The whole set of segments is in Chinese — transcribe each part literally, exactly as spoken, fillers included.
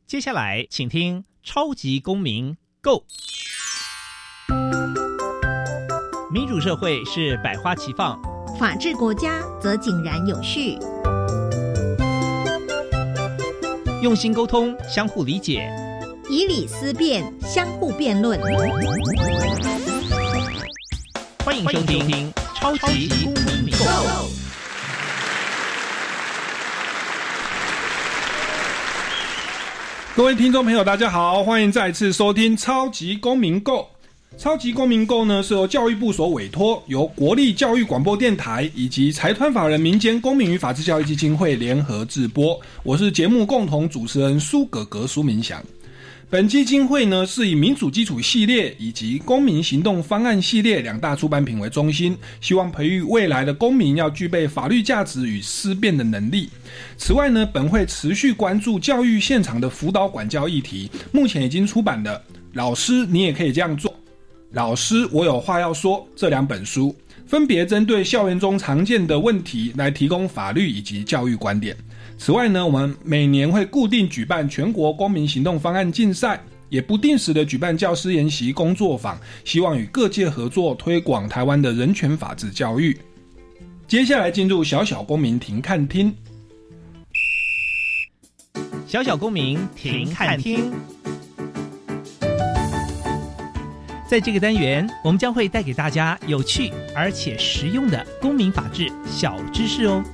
接下来请听超级公民 Go。 民主社会是百花齐放， 法治国家则井然有序。 用心沟通，相互理解， 以理思辨，相互辩论。 欢迎收听超级公民 Go。 各位听众朋友大家好，欢迎再次收听超级公民 Go。 超级公民 Go 呢是由教育部所委托，由国立教育广播电台以及财团法人民间公民与法治教育基金会联合制播。我是节目共同主持人苏格格苏明祥。本基金会呢是以民主基础系列以及公民行动方案系列两大出版品为中心，希望培育未来的公民要具备法律价值与思辨的能力。此外呢，本会持续关注教育现场的辅导管教议题，目前已经出版的《老师你也可以这样做》、《老师我有话要说》这两本书，分别针对校园中常见的问题来提供法律以及教育观点。此外呢，我们每年会固定举办全国公民行动方案竞赛，也不定时的举办教师研习工作坊，希望与各界合作推广台湾的人权法治教育。接下来进入小小公民庭看厅。 小小公民庭看厅。在这个单元，我们将会带给大家有趣而且实用的公民法治小知识哦。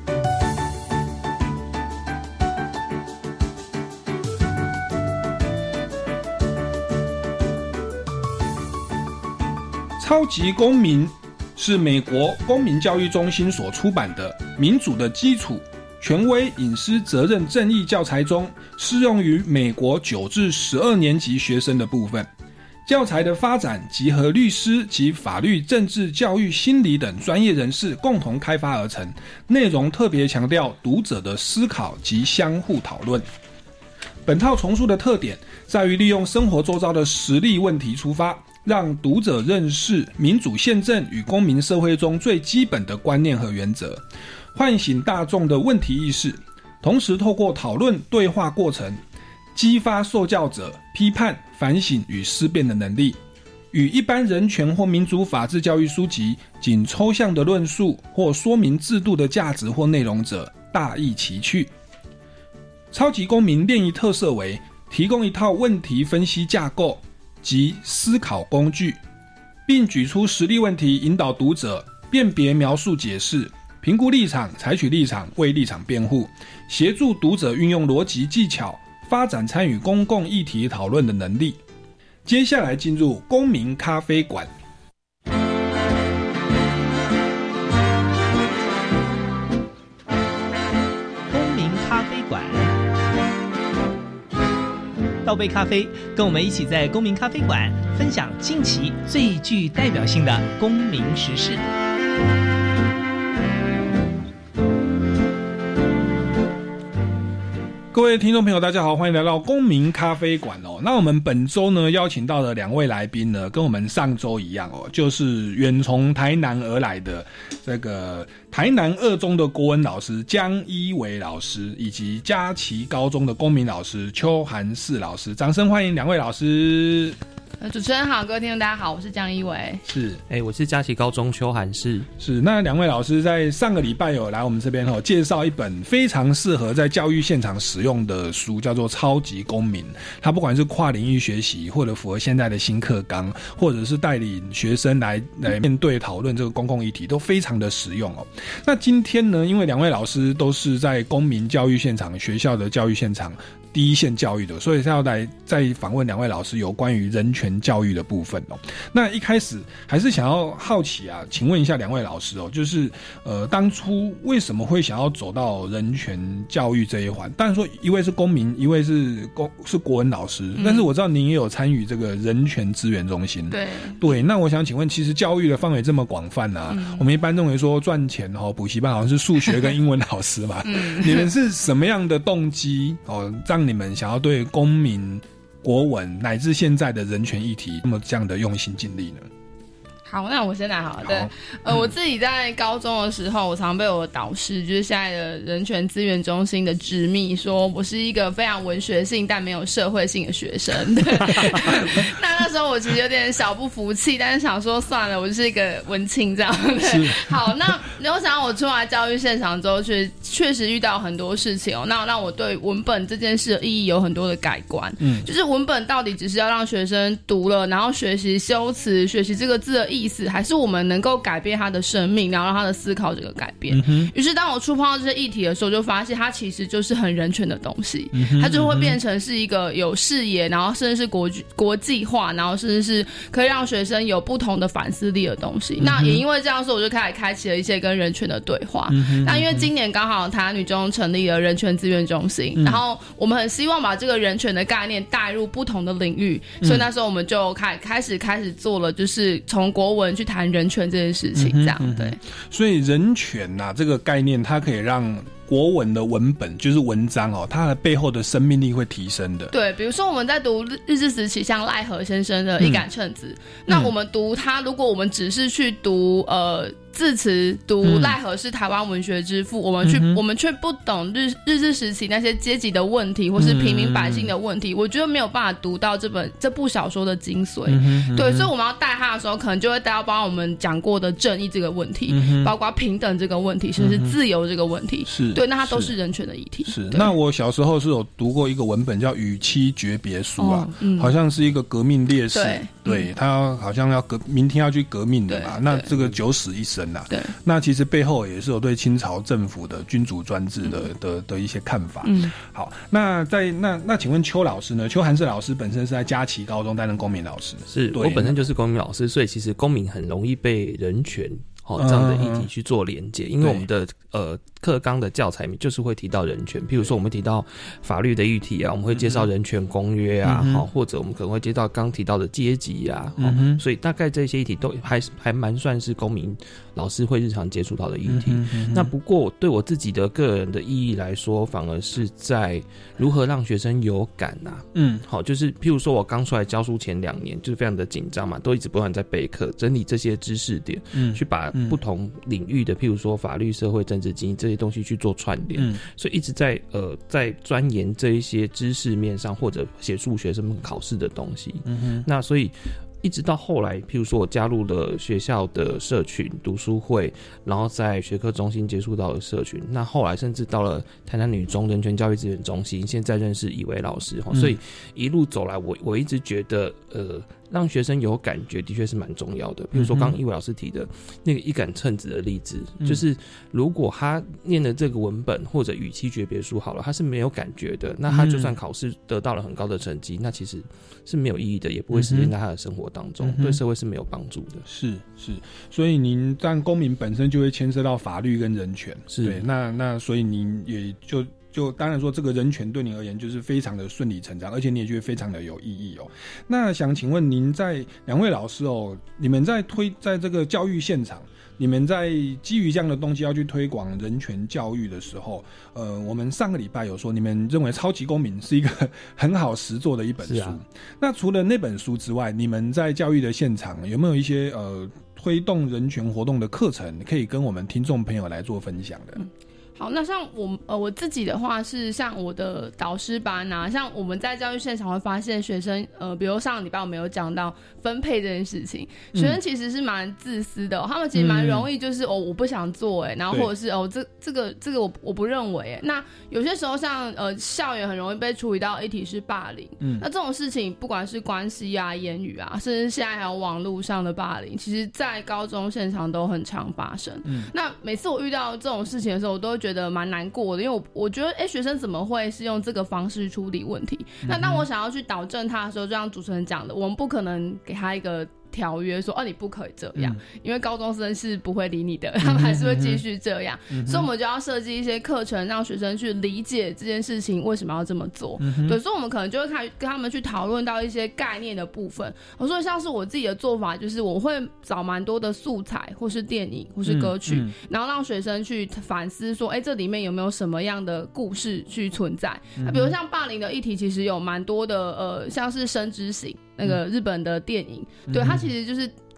超级公民是美国公民教育中心所出版的民主的基础权威隐私责任正义教材中，适用于美国九至十二年级学生的部分。教材的发展集合律师及法律、政治、教育、心理等专业人士共同开发而成，内容特别强调读者的思考及相互讨论。本套丛书的特点在于利用生活周遭的实例问题出发，让读者认识民主宪政与公民社会中最基本的观念和原则，唤醒大众的问题意识，同时透过讨论对话过程，激发受教者批判、反省与思辨的能力，与一般人权或民主法治教育书籍仅抽象的论述或说明制度的价值或内容者大异其趣。超级公民练习特色为提供一套问题分析架构及思考工具，并举出实例问题，引导读者辨别、描述、解释、评估立场、采取立场、为立场辩护，协助读者运用逻辑技巧，发展参与公共议题讨论的能力。接下来进入公民咖啡馆。 公民咖啡馆，倒杯咖啡，跟我们一起在公民咖啡馆分享近期最具代表性的公民时事。 各位听众朋友大家好，欢迎来到公民咖啡馆哦。那我们本周呢邀请到的两位来宾呢，跟我们上周一样哦，就是远从台南而来的这个台南二中的国文老师江一伟老师，以及嘉琪高中的公民老师邱涵士老师，掌声欢迎两位老师。 呃，主持人好，各位听众大家好，我是江一伟。 是， 哎、欸，我是嘉琪高中邱涵士。 是，那两位老师在上个礼拜有来我们这边哦，介绍一本非常适合在教育现场使用的书，叫做《超级公民》。它不管是跨领域学习，或者符合现在的新课纲，或者是带领学生来来面对讨论这个公共议题，都非常的实用哦。那今天呢，因为两位老师都是在公民教育现场、学校的教育现场第一线教育的，所以要来再访问两位老师有关于人权教育的部分哦。那一开始还是想要好奇啊，请问一下两位老师哦，就是呃当初为什么会想要走到人权教育这一环？当然说一位是公民，一位是公是国文老师，嗯、但是我知道您也有参与这个人权资源中心。 对对，那我想请问，其实教育的范围这么广泛啊，嗯、我们一般认为说赚钱哦，补习班好像是数学跟英文老师嘛，嗯、你们是什么样的动机哦，让你们想要对公民、国文乃至现在的人权议题那么这样的用心尽力呢？ 好，那我先来好了。对，呃，我自己在高中的时候，我常被我的导师，就是现在的人权资源中心的执秘，说我是一个非常文学性但没有社会性的学生。对，那那时候我其实有点小不服气，但是想说算了，我就是一个文青这样。对，好，那没有想到我出来教育现场之后，确确实遇到很多事情哦，那让我对文本这件事的意义有很多的改观。嗯，就是文本到底只是要让学生读了，然后学习修辞，学习这个字的意思。意思还是我们能够改变他的生命，然后让他的思考这个改变。嗯、于是当我触碰到这些议题的时候，就发现它其实就是很人权的东西，嗯、它就会变成是一个有视野，然後甚至是国国际化，然后甚至是可以让学生有不同的反思力的东西。嗯、那也因为这样说，我就开始开启了一些跟人权的对话。嗯、那因为今年刚好台湾女中成立了人权资源中心，嗯、然后我们很希望把这个人权的概念带入不同的领域，嗯、所以那时候我们就开开始开始做了，就是从国文去谈人权这件事情，这样、嗯、对。 所以人权呐、啊、这个概念，它可以让国文的文本就是文章哦，它的背后的生命力会提升的。 对，比如说我们在读日治时期像赖和先生的《一杆秤子》，嗯，那我们读它，如果我们只是去读呃字词，读赖和是台湾文学之父，嗯、我们去、嗯、我们却不懂日日治时期那些阶级的问题，或是平民百姓的问题，嗯、我觉得没有办法读到这本这部小说的精髓。嗯、对，所以我们要带它的时候，可能就会带到包括我们讲过的正义这个问题，嗯、包括平等这个问题，甚至是自由这个问题。是。对，那它都是人权的议题。 是。那我小时候是有读过一个文本叫《与妻诀别书》啊，哦嗯、好像是一个革命烈士，对，对嗯、他好像要革明天要去革命的嘛，那这个九死一生啊，对，那其实背后也是有对清朝政府的君主专制的、嗯、的的一些看法。嗯，好，那在那那请问邱老师呢？邱涵士老师本身是在嘉琪高中担任公民老师， 是我本身就是公民老师，所以其实公民很容易被人权。哦，这样的议题去做连结，因为我们的呃课纲的教材就是会提到人权，譬如说我们提到法律的议题啊，我们会介绍人权公约啊，好、嗯哦，或者我们可能会介绍刚提到的阶级啊，嗯、哦，所以大概这些议题都还还蛮算是公民老师会日常接触到的议题。嗯嗯、那不过对我自己的个人的意义来说，反而是在如何让学生有感啊，嗯，好、哦，就是譬如说我刚出来教书前两年，就是非常的紧张嘛，都一直不断在备课，整理这些知识点，嗯，去把不同领域的，譬如说法律、社会、政治、经济这些东西去做串联，嗯、所以一直在呃在钻研这一些知识面上，或者协助学生们考试的东西。嗯哼，那所以一直到后来，譬如说我加入了学校的社群读书会，然后在学科中心接触到了社群，那后来甚至到了台南女中人权教育资源中心，现在认识以为老师，嗯、所以一路走来，我我一直觉得呃。让学生有感觉的确是蛮重要的，比如说刚刚一伟老师提的那个一杆秤子的例子，嗯、就是如果他念的这个文本或者与妻诀别书好了，他是没有感觉的，那他就算考试得到了很高的成绩，那其实是没有意义的，也不会实现在他的生活当中，嗯、对社会是没有帮助的。 是是，所以您但公民本身就会牵涉到法律跟人权，是对，那那所以您也就。就当然说这个人权对你而言就是非常的顺理成章，而且你也觉得非常的有意义哦。那想请问您在两位老师哦，你们在推在这个教育现场，你们在基于这样的东西要去推广人权教育的时候，呃，我们上个礼拜有说你们认为《超级公民》是一个很好实作的一本书。啊、那除了那本书之外，你们在教育的现场有没有一些呃推动人权活动的课程，可以跟我们听众朋友来做分享的？嗯好，那像我呃我自己的话是像我的导师班啊，像我们在教育现场会发现学生呃，比如上个礼拜我们有讲到分配这件事情，学生其实是蛮自私的、哦，他们其实蛮容易就是、嗯、哦我不想做哎，然后或者是哦这这个这个我我不认为哎，那有些时候像呃校园很容易被处理到议题是霸凌，嗯，那这种事情不管是关系啊、言语啊，甚至现在还有网络上的霸凌，其实在高中现场都很常发生。嗯，那每次我遇到这种事情的时候，我都会觉得蛮难过的，因为我我觉得，哎，学生怎么会是用这个方式处理问题？嗯、那当我想要去导正他的时候，就像主持人讲的，我们不可能给他一个条约说，哦，你不可以这样，嗯、因为高中生是不会理你的，他们还是会继续这样，嗯、所以我们就要设计一些课程，让学生去理解这件事情为什么要这么做。嗯、对，所以我们可能就会开跟他们去讨论到一些概念的部分。我说像是我自己的做法，就是我会找蛮多的素材，或是电影，或是歌曲，嗯嗯、然后让学生去反思说，哎，这里面有没有什么样的故事去存在？嗯、那比如像霸凌的议题，其实有蛮多的，呃，像是《生之行》那个日本的电影，嗯、对，它其实就是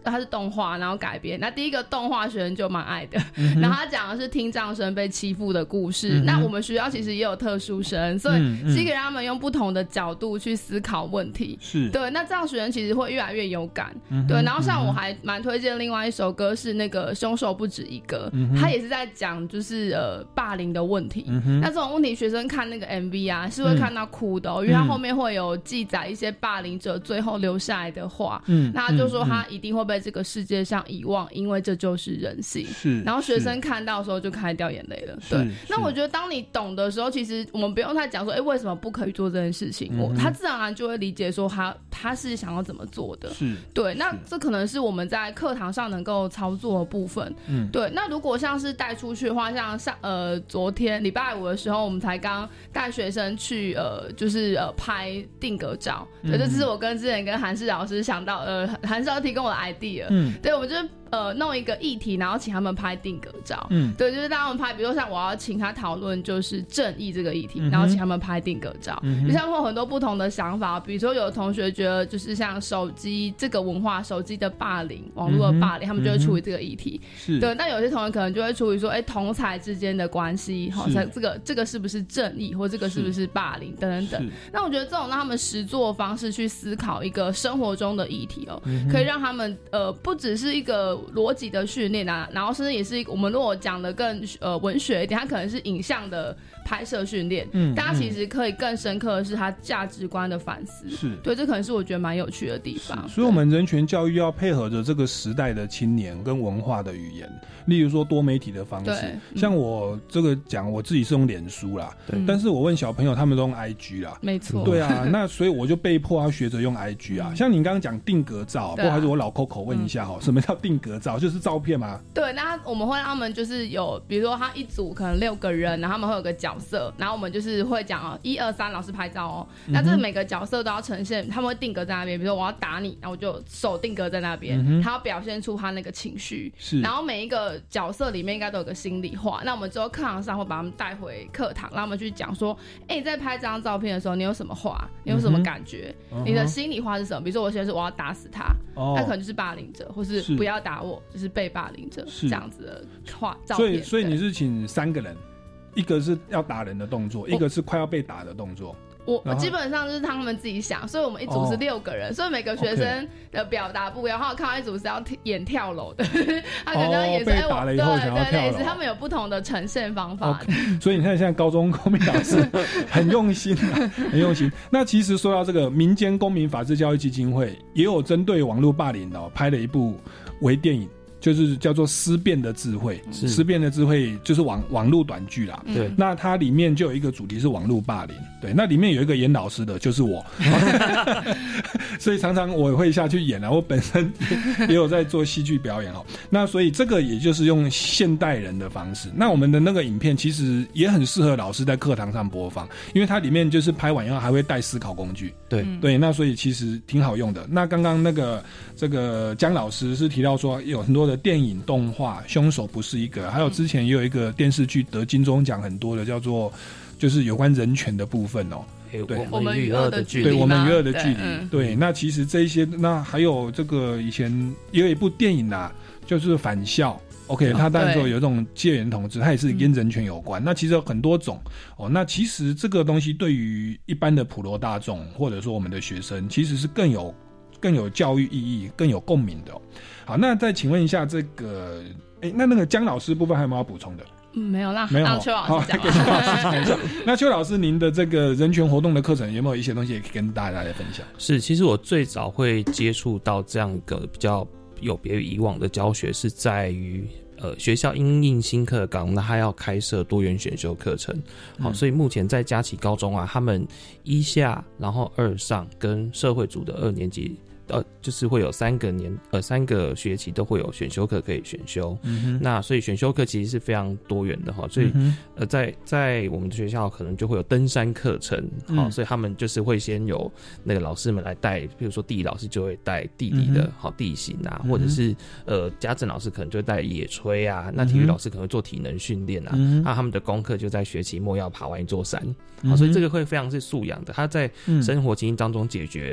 它是动画，然后改编。那第一个动画学生就蛮爱的，嗯、然后他讲的是听障生被欺负的故事。嗯、那我们学校其实也有特殊生，所以是可以让他们用不同的角度去思考问题。是对，那这样学生其实会越来越有感。嗯、对，然后像我还蛮推荐另外一首歌是那个凶手不止一个，嗯、他也是在讲就是呃霸凌的问题。嗯、那这种问题学生看那个 M V 啊是会看到哭的、哦，嗯、因为他后面会有记载一些霸凌者最后留下来的话。嗯，那他就说他一定会被这个世界上遗忘，因为这就是人性。是，然后学生看到的时候就开始掉眼泪了。对，那我觉得当你懂的时候，其实我们不用太讲说，哎、欸，为什么不可以做这件事情？嗯、我他自然而然就会理解说他他是想要怎么做的。是，对，那这可能是我们在课堂上能够操作的部分。嗯，对。那如果像是带出去的话，像上呃昨天礼拜五的时候，我们才刚带学生去呃就是呃拍定格照。嗯、对，这是我跟之前跟韩世老师想到呃韩世老师提供我的 idea。嗯，对，我们就呃弄一个议题，然后请他们拍定格照。嗯，对，就是让他们拍，比如说像我要请他讨论就是正义这个议题，嗯、然后请他们拍定格照。嗯，就像会有很多不同的想法，比如说有的同学觉得就是像手机这个文化，手机的霸凌、网络的霸凌，嗯、他们就会处理这个议题。是，对，但有些同学可能就会处理说，哎、欸，同侪之间的关系，好，这个这个是不是正义，或这个是不是霸凌等等等。那我觉得这种让他们实作的方式去思考一个生活中的议题哦，嗯、可以让他们呃不只是一个逻辑的训练啊，然后甚至也是一个我们如果讲的更呃文学一点，它可能是影像的拍摄训练，嗯，大家其实可以更深刻的是他价值观的反思，是对，这可能是我觉得蛮有趣的地方。 所以我们人权教育要配合着这个时代的青年跟文化的语言，例如说多媒体的方式，嗯、像我这个讲我自己是用脸书啦，对，但是我问小朋友他们都用 I G 啦， 没错， 对啊，那所以我就被迫要学着用 I G 啊，像你刚刚讲定格照，不过还是我老 Coco 问一下哈，嗯、什么叫定格照？就是照片吗？ 对，那我们会让他们就是有，比如说他一组可能六个人，然后他们会有个角色，然后我们就是会讲哦，一二三，老师拍照哦。那这每个角色都要呈现，他们会定格在那边，比如说我要打你，然后我就手定格在那边，嗯、他要表现出他那个情绪。是，然后每一个角色里面应该都有个心理话。那我们之后课堂上会把他们带回课堂，让他们去讲说，哎、欸，你在拍这张照片的时候，你有什么话？你有什么感觉？嗯、你的心理话是什么？比如说我现在是我要打死他，哦、那可能就是霸凌者，或是不要打我，就是被霸凌者这样子的话照片。 所以，所以你是请三个人。一个是要打人的动作，一个是快要被打的动作。 我我基本上就是他们自己想，所以我们一组是六个人，哦、所以每个学生的表达不一样。然后看到一组是要演跳楼的，他可能也是哎、 哦，被打了以后想要跳楼， 对对，他们有不同的呈现方法的。 Okay, 所以你看，现在高中公民老师很用心、啊，很用心。那其实说到这个民间公民法治教育基金会，也有针对网络霸凌哦，拍了一部微电影。就是叫做思辨的智慧，思辨的智慧就是网网络短剧啦。对，那它里面就有一个主题是网络霸凌。对，那里面有一个演老师的，就是我，所以常常我会下去演啊。我本身也有在做戏剧表演哦。那所以这个也就是用现代人的方式。那我们的那个影片其实也很适合老师在课堂上播放，因为它里面就是拍完以后还会带思考工具。对对，那所以其实挺好用的。那刚刚那个这个姜老师是提到说有很多的电影动画凶手不是一个，还有之前也有一个电视剧得金钟奖很多的，叫做就是有关人权的部分哦。 对，我们与恶的距离， 对，我们与恶的距离。对，嗯、对，那其实这一些，那还有这个以前也有一部电影啊，就是返校。OK， 他当然说有这种戒严统治，它也是跟人权有关。嗯、那其实有很多种哦。那其实这个东西对于一般的普罗大众，或者说我们的学生，其实是更有更有教育意义、更有共鸣的、哦。好，那再请问一下这个，哎，那那个姜老师部分还有没有要补充的？ 嗯，没有啦， 没有。 让邱老师讲。 邱老师讲一下。那邱老师，您的这个人权活动的课程有没有一些东西也可以跟大家来分享？ 是，其实我最早会接触到这样一个比较有别于以往的教学，是在于呃学校因应新课纲，那他要开设多元选修课程。好、嗯，所以目前在嘉启高中啊，他们一下，然后二上跟社会组的二年级。呃，就是会有三个年呃三个学期都会有选修课可以选修，嗯、那所以选修课其实是非常多元的哈，所以、嗯、呃在在我们的学校可能就会有登山课程，好、嗯，所以他们就是会先有那个老师们来带，比如说地理老师就会带地理的好、嗯、地形啊，或者是呃家政老师可能就会带野炊啊，那体育老师可能会做体能训练啊，那、嗯、他们的功课就在学期末要爬完一座山，好，所以这个会非常是素养的，他在生活情境当中解决。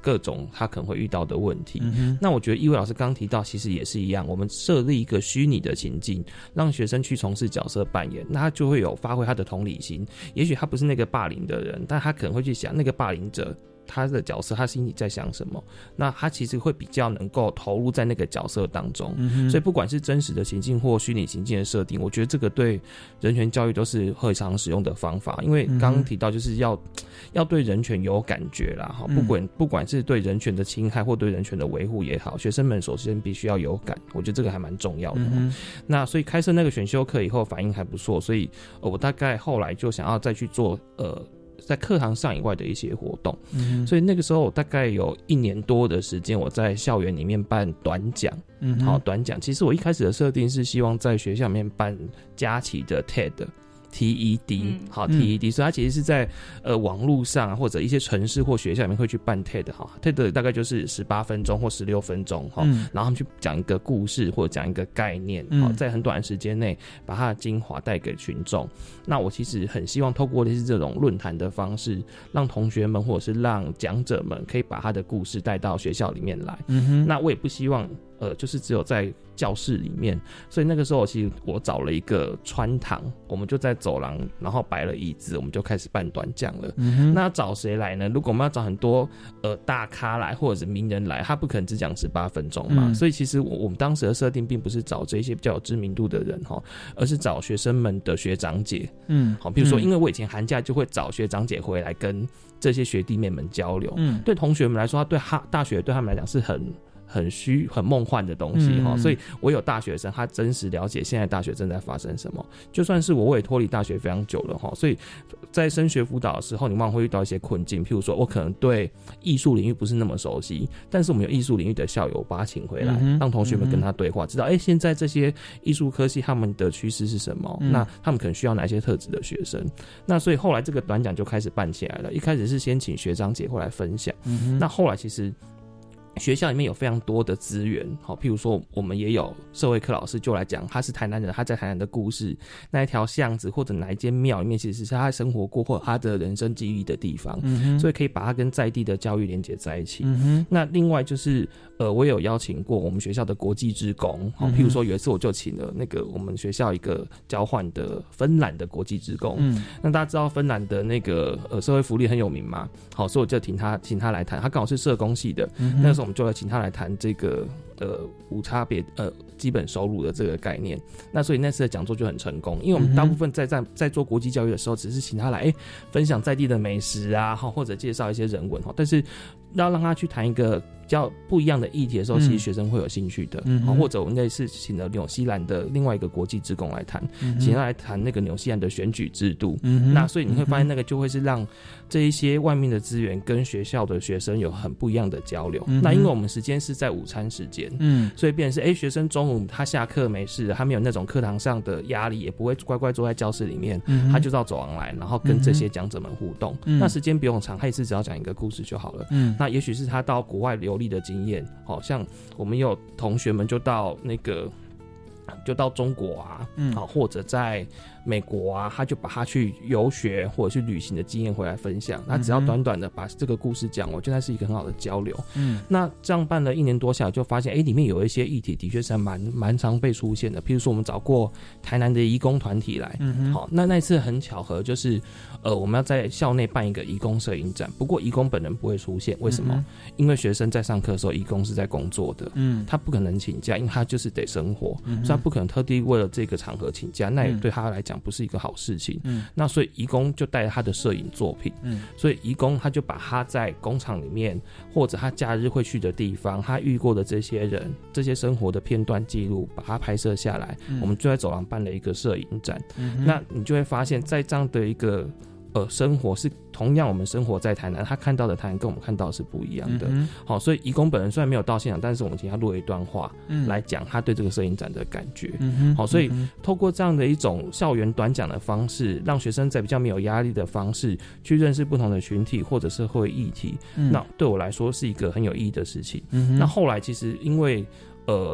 各种他可能会遇到的问题。 嗯、 那我觉得一位老师刚提到其实也是一样，我们设立一个虚拟的情境，让学生去从事角色扮演，那他就会有发挥他的同理心。也许他不是那个霸凌的人，但他可能会去想那个霸凌者他的角色他心里在想什么，那他其实会比较能够投入在那个角色当中、嗯、所以不管是真实的情境或虚拟情境的设定，我觉得这个对人权教育都是会常使用的方法。因为刚刚提到就是要、嗯、要对人权有感觉啦，不管不管是对人权的侵害或对人权的维护也好，学生们首先必须要有感，我觉得这个还蛮重要的、嗯、那所以开设那个选修课以后反应还不错，所以、呃、我大概后来就想要再去做呃在课堂上以外的一些活动、嗯、所以那个时候我大概有一年多的时间我在校园里面办短讲、嗯、好短讲。其实我一开始的设定是希望在学校里面办佳琪的 T E D T E D、嗯、好 T E D、嗯、所以它其实是在呃网络上、啊、或者一些城市或学校里面会去办 T E D 哈 T E D 大概就是十八分钟或十六分钟哈、嗯，然后他们去讲一个故事或者讲一个概念、嗯、在很短的时间内把它的精华带给群众。那我其实很希望透过类似这种论坛的方式，让同学们或者是让讲者们可以把他的故事带到学校里面来、嗯、哼那我也不希望呃，就是只有在教室里面，所以那个时候其实我找了一个穿堂，我们就在走廊，然后摆了椅子，我们就开始办短讲了、嗯、那找谁来呢？如果我们要找很多呃大咖来或者是名人来，他不可能只讲十八分钟嘛、嗯、所以其实 我, 我们当时的设定并不是找这些比较有知名度的人，而是找学生们的学长姐。嗯，好，比如说因为我以前寒假就会找学长姐回来跟这些学弟妹们交流，嗯，对同学们来说，他对他大学对他们来讲是很很虚很梦幻的东西、嗯、所以我有大学生他真实了解现在大学正在发生什么。就算是我我也脱离大学非常久了，所以在升学辅导的时候你往往会遇到一些困境，譬如说我可能对艺术领域不是那么熟悉，但是我们有艺术领域的校友把他请回来、嗯、让同学们跟他对话，知道哎，现在这些艺术科系他们的趋势是什么、嗯、那他们可能需要哪些特质的学生。那所以后来这个短讲就开始办起来了，一开始是先请学长姐回来分享、嗯、那后来其实学校里面有非常多的资源，好，譬如说我们也有社会课老师就来讲他是台南人，他在台南的故事，那一条巷子或者哪一间庙里面其实是他生活过或者他的人生记忆的地方、嗯、所以可以把它跟在地的教育连结在一起、嗯、那另外就是呃，我有邀请过我们学校的国际志工，好，譬如说有一次我就请了那个我们学校一个交换的芬兰的国际志工、嗯、那大家知道芬兰的那个呃社会福利很有名嘛，好，所以我就请他请他来谈，他刚好是社工系的、嗯、那时候我们就来请他来谈这个呃无差别呃基本收入的这个概念。那所以那次的讲座就很成功，因为我们大部分在在在做国际教育的时候只是请他来哎分享在地的美食啊，或者介绍一些人文，但是要让他去谈一个比较不一样的议题的时候、嗯、其实学生会有兴趣的、嗯、或者我们那次请了纽西兰的另外一个国际志工来谈、嗯、请他来谈那个纽西兰的选举制度、嗯、那所以你会发现那个就会是让这一些外面的资源跟学校的学生有很不一样的交流、嗯、那因为我们时间是在午餐时间、嗯、所以变成是哎，学生中午他下课没事，他没有那种课堂上的压力，也不会乖乖坐在教室里面、嗯、他就到走廊来然后跟这些讲者们互动、嗯、那时间不用长，他一次只要讲一个故事就好了、嗯、那也许是他到国外流利的经验，好像我们有同学们就到那个就到中国啊，嗯，或者在美国啊，他就把他去游学或者去旅行的经验回来分享。他只要短短的把这个故事讲，我觉得那是一个很好的交流。嗯，那这样办了一年多下来，就发现，哎、欸，里面有一些议题的确是蛮蛮常被出现的。譬如说，我们找过台南的移工团体来，嗯，好，那那一次很巧合，就是呃，我们要在校内办一个移工摄影展，不过移工本人不会出现，为什么？嗯、因为学生在上课的时候，移工是在工作的，嗯，他不可能请假，因为他就是得生活，嗯、所以他不可能特地为了这个场合请假，那也对他来讲不是一个好事情。嗯，那所以移工就带着他的摄影作品，嗯，所以移工他就把他在工厂里面或者他假日会去的地方，他遇过的这些人、这些生活的片段记录，把它拍摄下来。嗯、我们就在走廊办了一个摄影展。嗯、那你就会发现，在这样的一个呃，生活是同样我们生活在台南，他看到的台南跟我们看到的是不一样的。嗯、好，所以移工本人虽然没有到现场，但是我们请他录了一段话，嗯、来讲他对这个摄影展的感觉。嗯、好，所以透过这样的一种校园短讲的方式，让学生在比较没有压力的方式去认识不同的群体或者社会议题，嗯、那对我来说是一个很有意义的事情。嗯、那后来其实因为呃。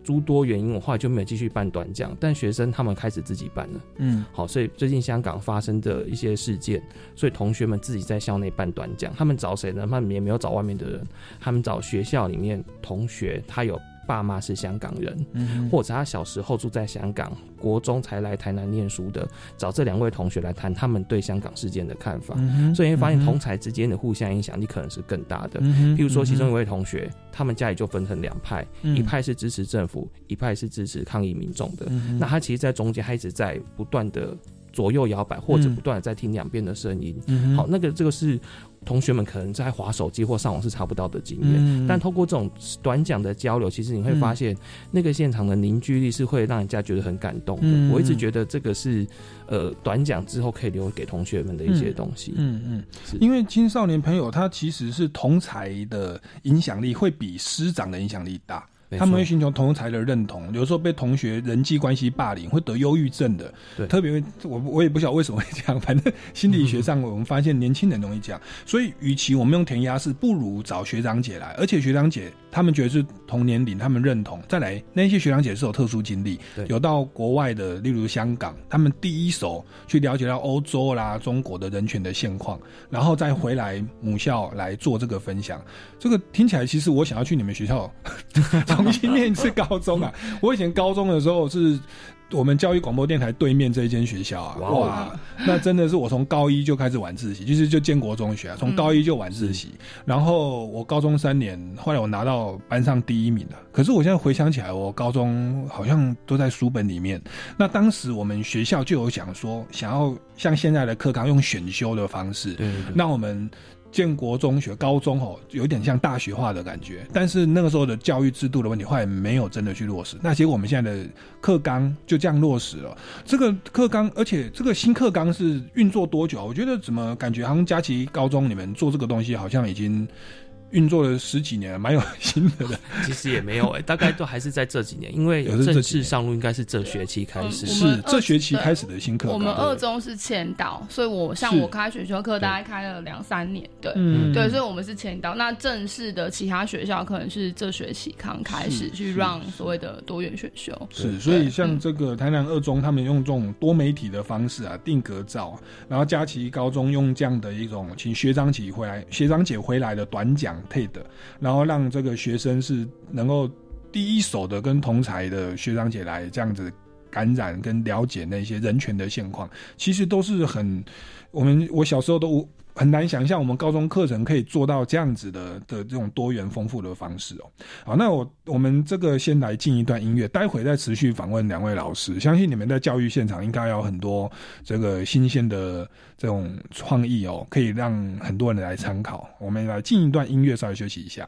诸多原因，我后来就没有继续办短讲，但学生他们开始自己办了。嗯，好，所以最近香港发生的一些事件，所以同学们自己在校内办短讲，他们找谁呢？他们也没有找外面的人，他们找学校里面同学，他有爸妈是香港人，嗯，或者他小时候住在香港，国中才来台南念书的，找这两位同学来谈他们对香港事件的看法，嗯，所以你会发现同侪之间的互相影响力可能是更大的。嗯，譬如说其中一位同学，他们家里就分成两派，嗯，一派是支持政府，一派是支持抗议民众的，嗯，那他其实在中间他一直在不断的左右摇摆，或者不断的在听两边的声音，嗯，好，那个这个是同学们可能在滑手机或上网是查不到的经验，嗯，但透过这种短讲的交流，其实你会发现，嗯，那个现场的凝聚力是会让人家觉得很感动的。嗯，我一直觉得这个是呃短讲之后可以留给同学们的一些东西。 嗯嗯，嗯因为青少年朋友他其实是同侪的影响力会比师长的影响力大。他们会寻求同侪的认同，有时候被同学人际关系霸凌，会得忧郁症的。对，特别我我也不晓得为什么会这样，反正心理学上我们发现年轻人容易这样，所以与其我们用填鸭式，不如找学长姐来，而且学长姐他们觉得是同年龄，他们认同。再来，那些学长姐是有特殊经历，有到国外的，例如香港，他们第一手去了解到欧洲啦、中国的人权的现况，然后再回来母校来做这个分享。这个听起来，其实我想要去你们学校重新念一次高中啊！我以前高中的时候是我们教育广播电台对面这一间学校啊，哇，哇那真的是我从高一就开始晚自习，就是就建国中学啊，从高一就晚自习，嗯，然后我高中三年，后来我拿到班上第一名了。可是我现在回想起来，我高中好像都在书本里面。那当时我们学校就有想说，想要像现在的课纲用选修的方式，对对对，让我们建国中学高中哦，有点像大学化的感觉，但是那个时候的教育制度的问题，后来没有真的去落实。那结果我们现在的课纲就这样落实了。这个课纲，而且这个新课纲是运作多久？我觉得怎么感觉好像佳琪高中你们做这个东西，好像已经运作了十几年了，蛮有心得的。 其实也没有诶、欸，大概都还是在这几年，因为正式上路应该是这学期开始， 嗯、 是这学期开始的新课纲。 我们二中是签到，所以我像我开选修课大概开了两三年，对，嗯、对，所以我们是签到。那正式的其他学校可能是这学期刚开始去让所谓的多元选修。 是，所以像这个台南二中，他们用这种多媒体的方式啊，定格照，然后佳琪高中用这样的一种请学长姐回来、学长姐回来的短讲。配的，然后让这个学生是能够第一手的跟同侪的学长姐来这样子感染跟了解那些人权的现况，其实都是很我们我小时候都很难想象我们高中课程可以做到这样子的的这种多元丰富的方式哦。好，那我我们这个先来进一段音乐，待会再持续访问两位老师。相信你们在教育现场应该有很多这个新鲜的这种创意哦，可以让很多人来参考。我们来进一段音乐，稍微休息一下。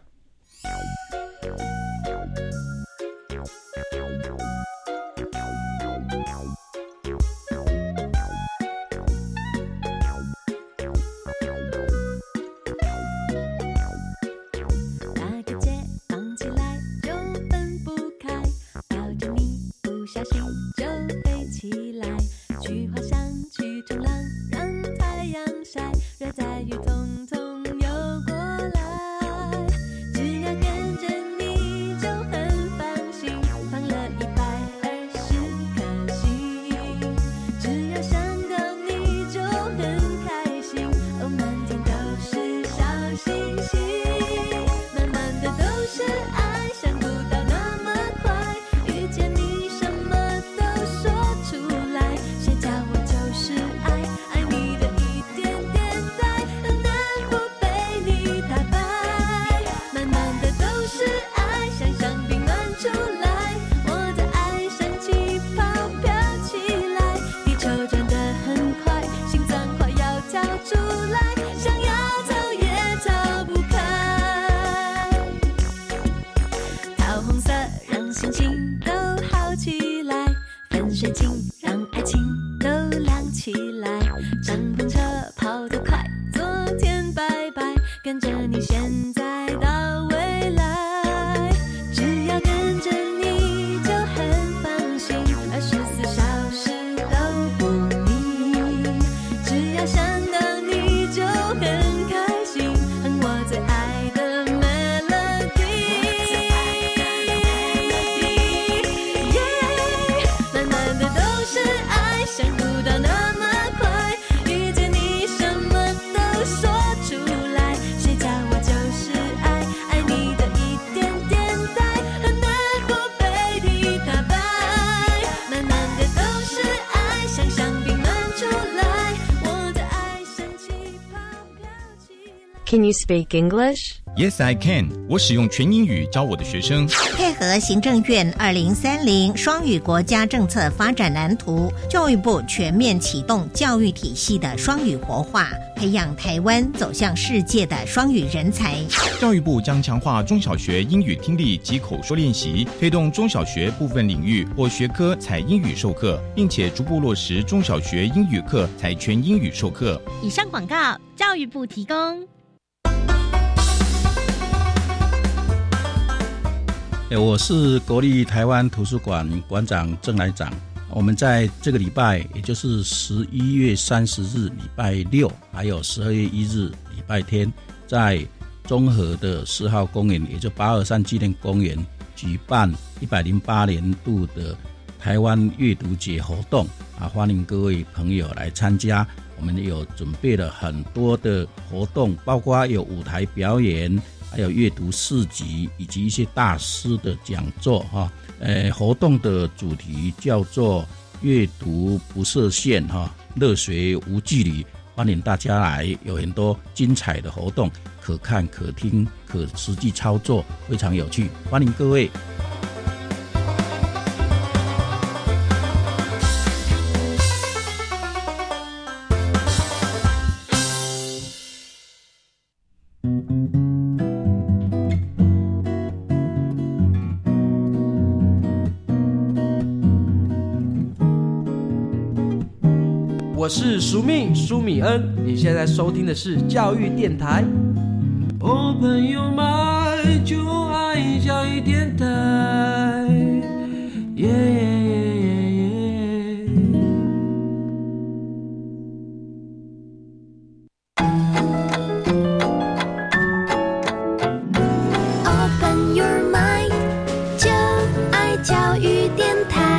Can you speak English? Yes, I can. 我使用全英语教我的学生。 配合行政院二零三零双语国家政策发展蓝图，教育部全面启动教育体系的双语活化，培养台湾走向世界的双语人才。 教育部将强化中小学英语听力及口说练习，推动中小学部分领域或学科采英语授课，并且逐步落实中小学英语课采全英语授课。 以上广告，教育部提供。 我是国立台湾图书馆馆长郑来长。我们在这个礼拜，也就是十一月三十日礼拜六，还有十二月一日礼拜天，在中和的四号公园，也就八二三纪念公园举办一百零八年度的台湾阅读节活动啊，欢迎各位朋友来参加。我们有准备了很多的活动，包括有舞台表演，还有阅读市集，以及一些大师的讲座哈。呃，活动的主题叫做阅读不设限哈，乐学无距离，欢迎大家来，有很多精彩的活动，可看可听可实际操作，非常有趣，欢迎各位。 我是苏命苏米恩，你现在收听的是教育电台。Open your mind， 就爱教育电台。耶耶耶耶耶。 Open your mind， 就爱教育电台。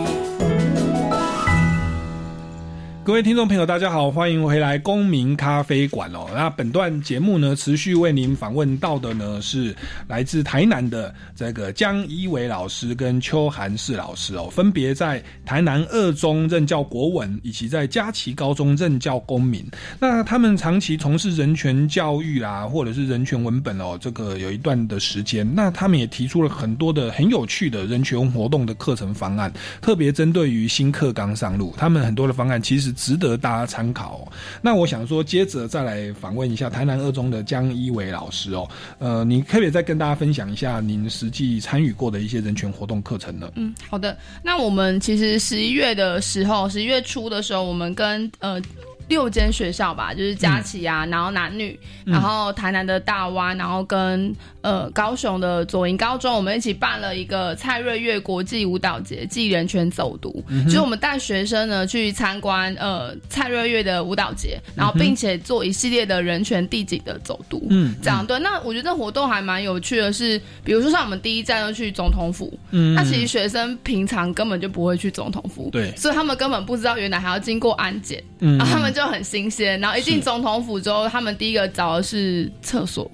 各位听众朋友大家好，欢迎回来公民咖啡馆哦。那本段节目呢，持续为您访问到的呢是来自台南的这个江一伟老师跟邱涵士老师哦，分别在台南二中任教国文，以及在嘉琪高中任教公民。那他们长期从事人权教育啦，或者是人权文本哦，这个有一段的时间。那他们也提出了很多的很有趣的人权活动的课程方案，特别针对于新课纲上路，他们很多的方案其实值得大家参考哦。那我想说，接着再来访问一下台南二中的江一伟老师哦。呃，你可不可以再跟大家分享一下您实际参与过的一些人权活动课程呢？ 嗯，好的。那我们其实十一月的时候，十一月初的时候，我们跟呃。六间学校吧，就是嘉琪啊、嗯，然后男女，然后台南的大湾，然后跟呃高雄的左营高中，我们一起办了一个蔡瑞月国际舞蹈节暨人权走读，嗯、就是我们带学生呢去参观呃蔡瑞月的舞蹈节，然后并且做一系列的人权地景的走读，嗯，这样对。那我觉得这活动还蛮有趣的是，比如说像我们第一站就去总统府，嗯，那其实学生平常根本就不会去总统府，对，所以他们根本不知道原来还要经过安检，嗯，然后他们就很新鲜，然后一进总统府之后，他们第一个找的是厕所。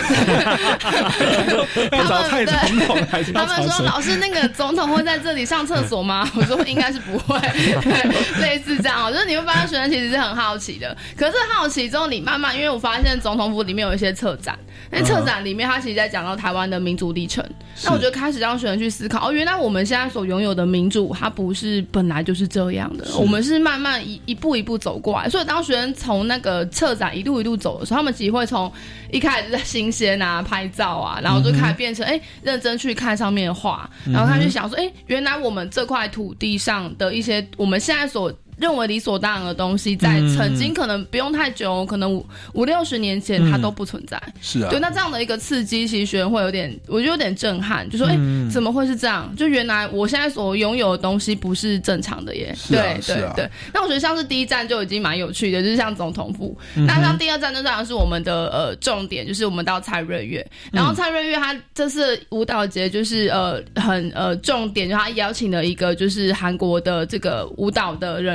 要找蔡总统还是要找谁？他们说：“ 老师，那个总统会在这里上厕所吗？”我说：“应该是不会。”类似这样，就是你会发现学生其实是很好奇的。可是好奇之后，你慢慢，因为我发现总统府里面有一些策展，那策展里面它其实在讲到台湾的民主历程。那我就开始让学生去思考：哦，原来我们现在所拥有的民主，它不是本来就是这样的，我们是慢慢一一步一步走过来。所以当学生从那个策展一路一路走的时候，他们其实会从一开始在新鲜啊、拍照啊，然后就开始变成哎、欸、认真去看上面的画，然后他就想说，哎、欸，原来我们这块土地上的一些我们现在所认为理所当然的东西，在曾经可能不用太久，可能五五六十年前它都不存在。嗯、是啊，对，那这样的一个刺激，其实学生会有点，我觉得有点震撼，就说，哎、嗯欸，怎么会是这样？就原来我现在所拥有的东西不是正常的耶。是啊、对对、啊、对。那我觉得像是第一站就已经蛮有趣的，就是像总统府。嗯、那像第二站就当然是我们的呃重点，就是我们到蔡瑞月，然后蔡瑞月他这次舞蹈节就是呃很呃重点，就他邀请了一个就是韩国的这个舞蹈的人。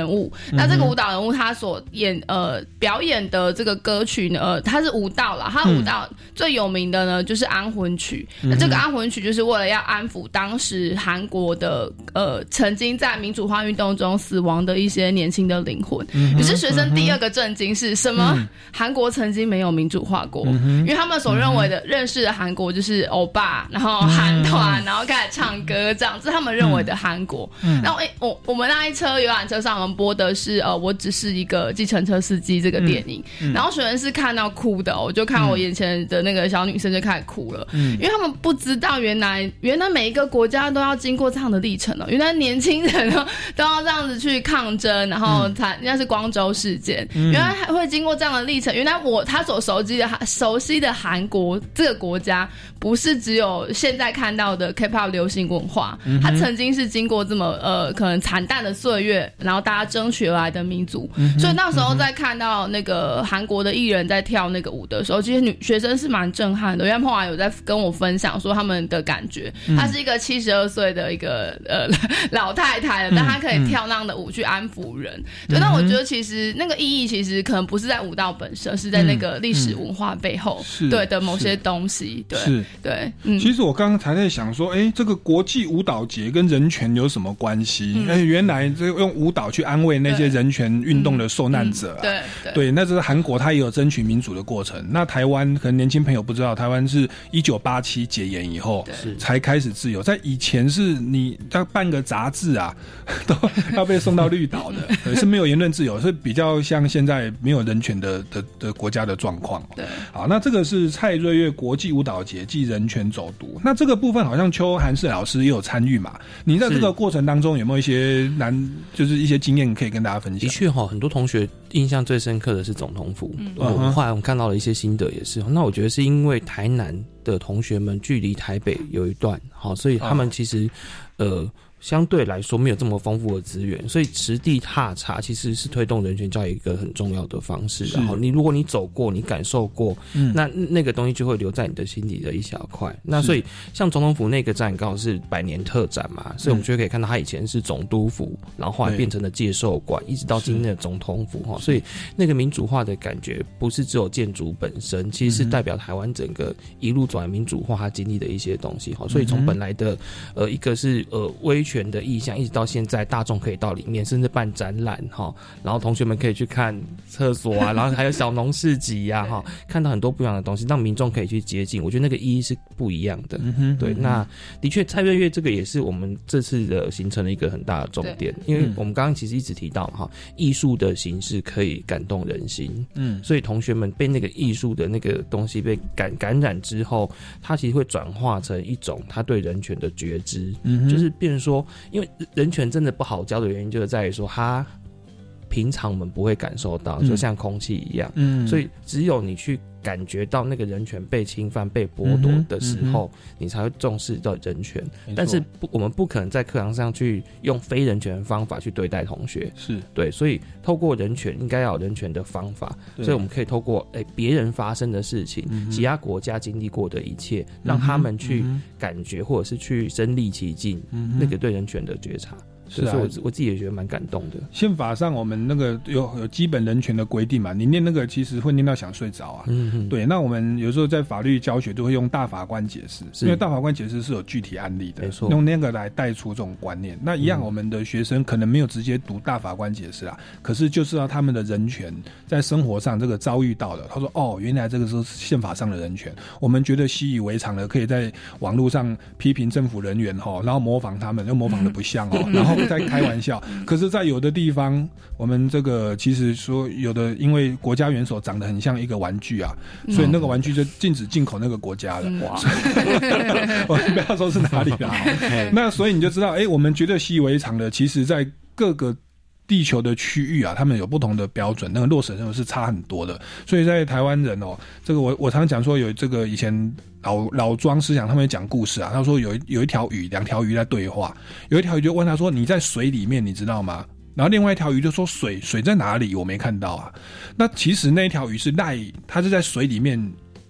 物。嗯、那这个舞蹈人物他所演呃表演的这个歌曲呢，呃，它是舞蹈啦，他舞蹈最有名的呢就是安魂曲。嗯、那这个安魂曲就是为了要安抚当时韩国的呃曾经在民主化运动中死亡的一些年轻的灵魂。嗯、可是学生第二个震惊是什么？嗯、韩国曾经没有民主化过，嗯、因为他们所认为的、嗯、认识的韩国就是欧巴，然后韩团，嗯、然后开始唱歌这样，这是他们认为的韩国。嗯、然后诶，我我们那一车游览车上我们播的是呃，我只是一个计程车司机这个电影，嗯嗯、然后学生是看到哭的、哦，我就看我眼前的那个小女生就开始哭了，嗯、因为他们不知道原来原来每一个国家都要经过这样的历程了、哦，原来年轻人都都要这样子去抗争，然后才应该是光州事件，嗯、原来还会经过这样的历程，原来我他所熟悉的熟悉的韩国这个国家不是只有现在看到的 K-pop 流行文化，嗯、它曾经是经过这么呃可能惨淡的岁月，然后大家争取而来的民族，嗯、所以那时候在看到那个韩国的艺人在跳那个舞的时候，其实女学生是蛮震撼的。因为后来有在跟我分享说他们的感觉，嗯、她是一个七十二岁的一个呃老太太了，但她可以跳那样的舞去安抚人。对，嗯、那我觉得其实那个意义其实可能不是在舞蹈本身，是在那个历史文化背后，嗯、对的某些东西。对， 是， 对，嗯。 其实我刚刚才在想说，哎，这个国际舞蹈节跟人权有什么关系？哎、嗯，原来这用舞蹈去安慰那些人权运动的受难者、啊嗯嗯、对 对, 对，那这是韩国，它也有争取民主的过程。那台湾可能年轻朋友不知道，台湾是一九八七解严以后才开始自由，在以前是你要办个杂志啊，都要被送到绿岛的，是没有言论自由，是比较像现在没有人权的的的国家的状况。 对， 好，那这个是蔡瑞月国际舞蹈节暨人权走读。那这个部分好像邱韩世老师也有参与嘛？你在这个过程当中有没有一些难，就是一些经验可以跟大家分享？ 的确哈，很多同学印象最深刻的是总统府，嗯、我后来我们看到了一些心得也是。那我觉得是因为台南的同学们距离台北有一段，好，所以他们其实、哦、呃。相对来说没有这么丰富的资源，所以实地踏查其实是推动人权教育一个很重要的方式。然后你如果你走过，你感受过，嗯、那那个东西就会留在你的心里的一小块。那所以像总统府那个展刚好是百年特展嘛，所以我们就可以看到它以前是总督府，然后后来变成了介寿馆，一直到今天的总统府哈。所以那个民主化的感觉不是只有建筑本身，其实是代表台湾整个一路走来民主化它经历的一些东西哈。所以从本来的呃一个是呃威权的意象，一直到现在大众可以到里面，甚至办展览哈，然后同学们可以去看厕所啊，然后还有小农市集呀、啊、哈，看到很多不一样的东西，让民众可以去接近。我觉得那个意义是不一样的。嗯哼，对，那的确蔡瑞月这个也是我们这次的行程的一个很大的重点，因为我们刚刚其实一直提到哈，艺术的形式可以感动人心，嗯，所以同学们被那个艺术的那个东西被感感染之后，它其实会转化成一种他对人权的觉知，嗯，就是变成说。因为人权真的不好教的原因，就是在于说，它平常我们不会感受到，就像空气一样。嗯，所以只有你去感觉到那个人权被侵犯、被剥夺的时候，嗯嗯、你才会重视到人权。但是不，我们不可能在课堂上去用非人权的方法去对待同学。是对，所以透过人权，应该要有人权的方法。所以我们可以透过哎别人发生的事情、嗯、其他国家经历过的一切，让他们去感觉，或者是去身历其境、嗯、那个对人权的觉察。是啊，所以我我自己也觉得蛮感动的。 宪法上我们那个有有基本人权的规定嘛，你念那个其实会念到想睡着啊。嗯嗯。对，那我们有时候在法律教学都会用大法官解释，因为大法官解释是有具体案例的，没错，用那个来带出这种观念。那一样，我们的学生可能没有直接读大法官解释啊，可是就知道他们的人权在生活上这个遭遇到的。他说：“哦，原来这个是宪法上的人权。”我们觉得习以为常了，可以在网络上批评政府人员哈，然后模仿他们，又模仿的不像哦，然后再开玩笑。可是在有的地方，我们这个其实说有的因为国家元首长得很像一个玩具啊，所以那个玩具就禁止进口那个国家了。哇！我们不要说是哪里啦，那所以你就知道，哎，我们觉得习以为常的，其实在各个地球的区域啊，他们有不同的标准，那个落实程度是差很多的。所以在台湾人哦，这个我我常讲说有这个以前老老庄思想，他们讲故事啊，他说有有一条鱼，两条鱼在对话，有一条鱼就问他说：“你在水里面，你知道吗？”然后另外一条鱼就说：“水水在哪里？我没看到啊。”那其实那一条鱼是赖，它是在水里面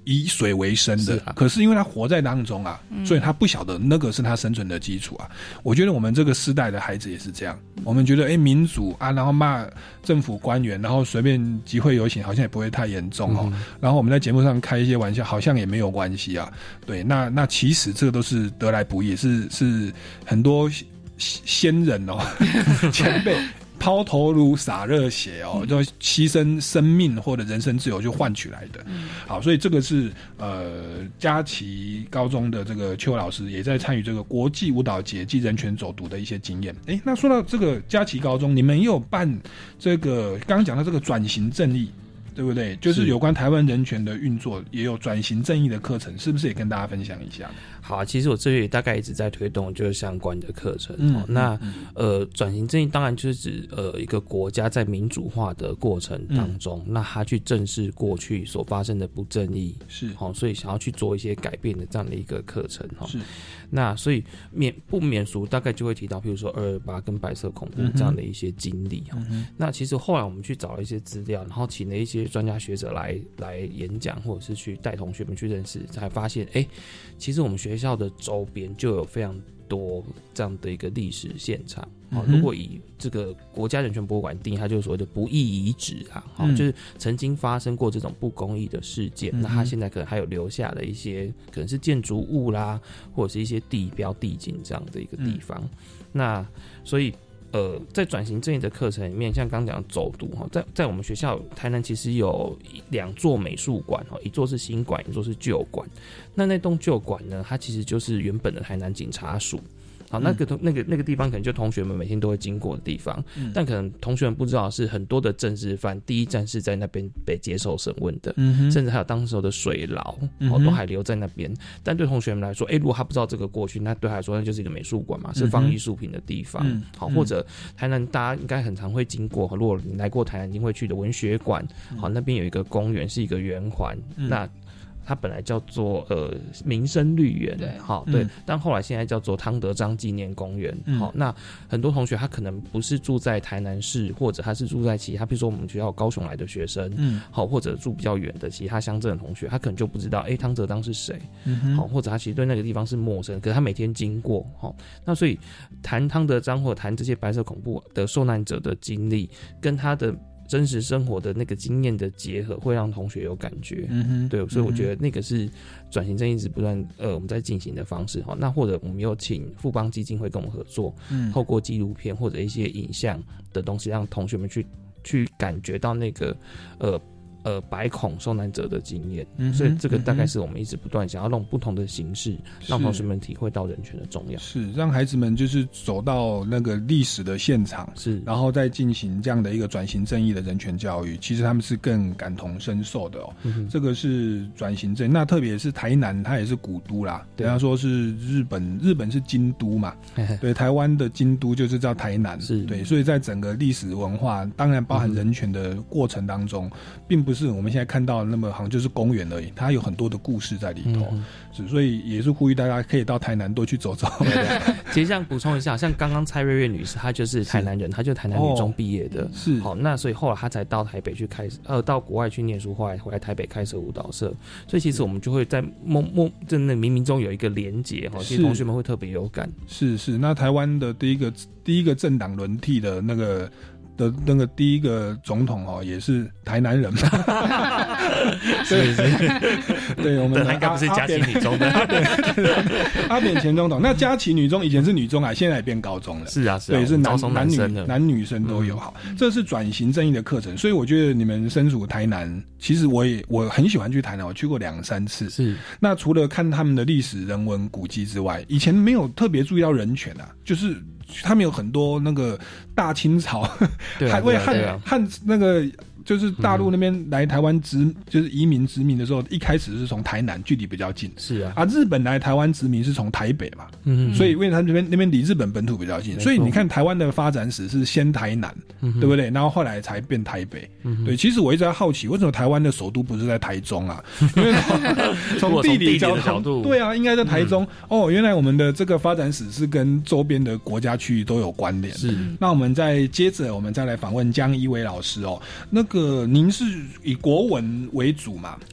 以水为生的， 是啊、 可是因为他活在当中啊、嗯，所以他不晓得那个是他生存的基础啊。我觉得我们这个世代的孩子也是这样，我们觉得哎、欸、民主啊，然后骂政府官员，然后随便集会游行好像也不会太严重哦、嗯。然后我们在节目上开一些玩笑，好像也没有关系啊。对，那那其实这个都是得来不易，是是很多先人哦前辈。抛头颅洒热血哦，就牺牲生命或者人身自由就换取来的。嗯、好，所以这个是呃嘉琪高中的这个邱老师也在参与这个国际舞蹈节暨人权走读的一些经验。哎，那说到这个嘉琪高中，你们也有办这个刚刚讲到这个转型正义，对不对？就是有关台湾人权的运作，也有转型正义的课程，是不是也跟大家分享一下？ 好啊，其实我这月大概一直在推动就是相关的课程。嗯哦、那、嗯、呃，转型正义当然就是指呃一个国家在民主化的过程当中，嗯、那他去正视过去所发生的不正义，是好、哦，所以想要去做一些改变的这样的一个课程哈。是，那所以免不免俗大概就会提到，譬如说二二八跟白色恐怖这样的一些经历哈、嗯。那其实后来我们去找了一些资料，然后请了一些专家学者来来演讲，或者是去带同学们去认识，才发现哎，其实我们学校的周边就有非常多这样的一个历史现场。好、嗯，如果以这个国家人权博物馆定义，它就是所谓的不义遗址啊，好、嗯，就是曾经发生过这种不公义的事件，嗯、那它现在可能还有留下的一些可能是建筑物啦，或者是一些地标地景这样的一个地方。嗯、那所以。呃，在转型正义的课程里面，像刚刚讲走读哈，在在我们学校台南其实有两座美术馆哈，一座是新馆，一座是旧馆。那那栋旧馆呢，它其实就是原本的台南警察署。好，那个那个那个地方可能就同学们每天都会经过的地方，嗯、但可能同学们不知道是很多的政治犯第一站是在那边被接受审问的，嗯、甚至还有当时候的水牢，嗯、哦，都还留在那边。但对同学们来说，哎、欸，如果他不知道这个过去，那对他来说那就是一个美术馆嘛，是放艺术品的地方。嗯、好，或者台南大家应该很常会经过，如果你来过台南，一定会去的文学馆，好，那边有一个公园是一个圆环，嗯、那。它本来叫做呃民生绿园，对，好对、嗯，但后来现在叫做汤德章纪念公园。好、嗯，那很多同学他可能不是住在台南市，或者他是住在其他，比如说我们学校高雄来的学生，嗯，好，或者住比较远的其他乡镇的同学，他可能就不知道，哎、欸，汤德章是谁，嗯，好，或者他其实对那个地方是陌生，可是他每天经过，好，那所以谈汤德章或者谈这些白色恐怖的受难者的经历，跟他的。真实生活的那个经验的结合，会让同学有感觉。嗯哼，对，所以我觉得那个是转型正义一直不断呃我们在进行的方式哈。那或者我们有请富邦基金会跟我们合作，嗯，透过纪录片或者一些影像的东西，让同学们去去感觉到那个呃。呃，白恐受难者的经验、嗯，所以这个大概是我们一直不断想要用不同的形式，让同学们体会到人权的重要。 是让孩子们就是走到那个历史的现场，是，然后再进行这样的一个转型正义的人权教育，其实他们是更感同身受的哦。嗯、这个是转型正义，那特别是台南，它也是古都啦，对他说是日本，日本是京都嘛，对，台湾的京都就是叫台南，是对，所以在整个历史文化，当然包含人权的过程当中，嗯、并不。不是我们现在看到那么好像就是公园而已，它有很多的故事在里头，嗯、所以也是呼吁大家可以到台南多去走走。 其实像补充一下，像刚刚蔡瑞月女士，她就是台南人，她就是台南女中毕业的，哦、是好，那所以后来她才到台北去开呃到国外去念书，后来回来台北开设舞蹈社，所以其实我们就会在梦梦真的冥冥中有一个连结哈，其实同学们会特别有感。 是是，那台湾的第一个第一个政党轮替的那个。的那个第一个总统哦，也是台南人嘛， 是是， 对，我们应该不是嘉琪女中的阿扁前总统。那嘉琪女中以前是女中啊，现在也变高中了。 是啊，是啊， 对，是男男女男女生都有。好，这是转型正义的课程，所以我觉得你们身处台南，其实我也我很喜欢去台南，我去过两三次。是，那除了看他们的历史人文古迹之外，以前没有特别注意到人权啊，就是。他们有很多那个大清朝，还为汉汉那个就是大陆那边来台湾殖，嗯、就是移民殖民的时候，一开始是从台南，距离比较近。是啊，啊，日本来台湾殖民是从台北嘛，嗯，所以因为他们那边那边离日本本土比较近，所以你看台湾的发展史是先台南，嗯、对不对？然后后来才变台北。嗯、对，其实我一直在好奇，为什么台湾的首都不是在台中啊？因为从地理交通，对啊，应该在台中。嗯、哦，原来我们的这个发展史是跟周边的国家区域都有关联。是，那我们再接着，我们再来访问江一伟老师哦。那个您是以国文为主嘛？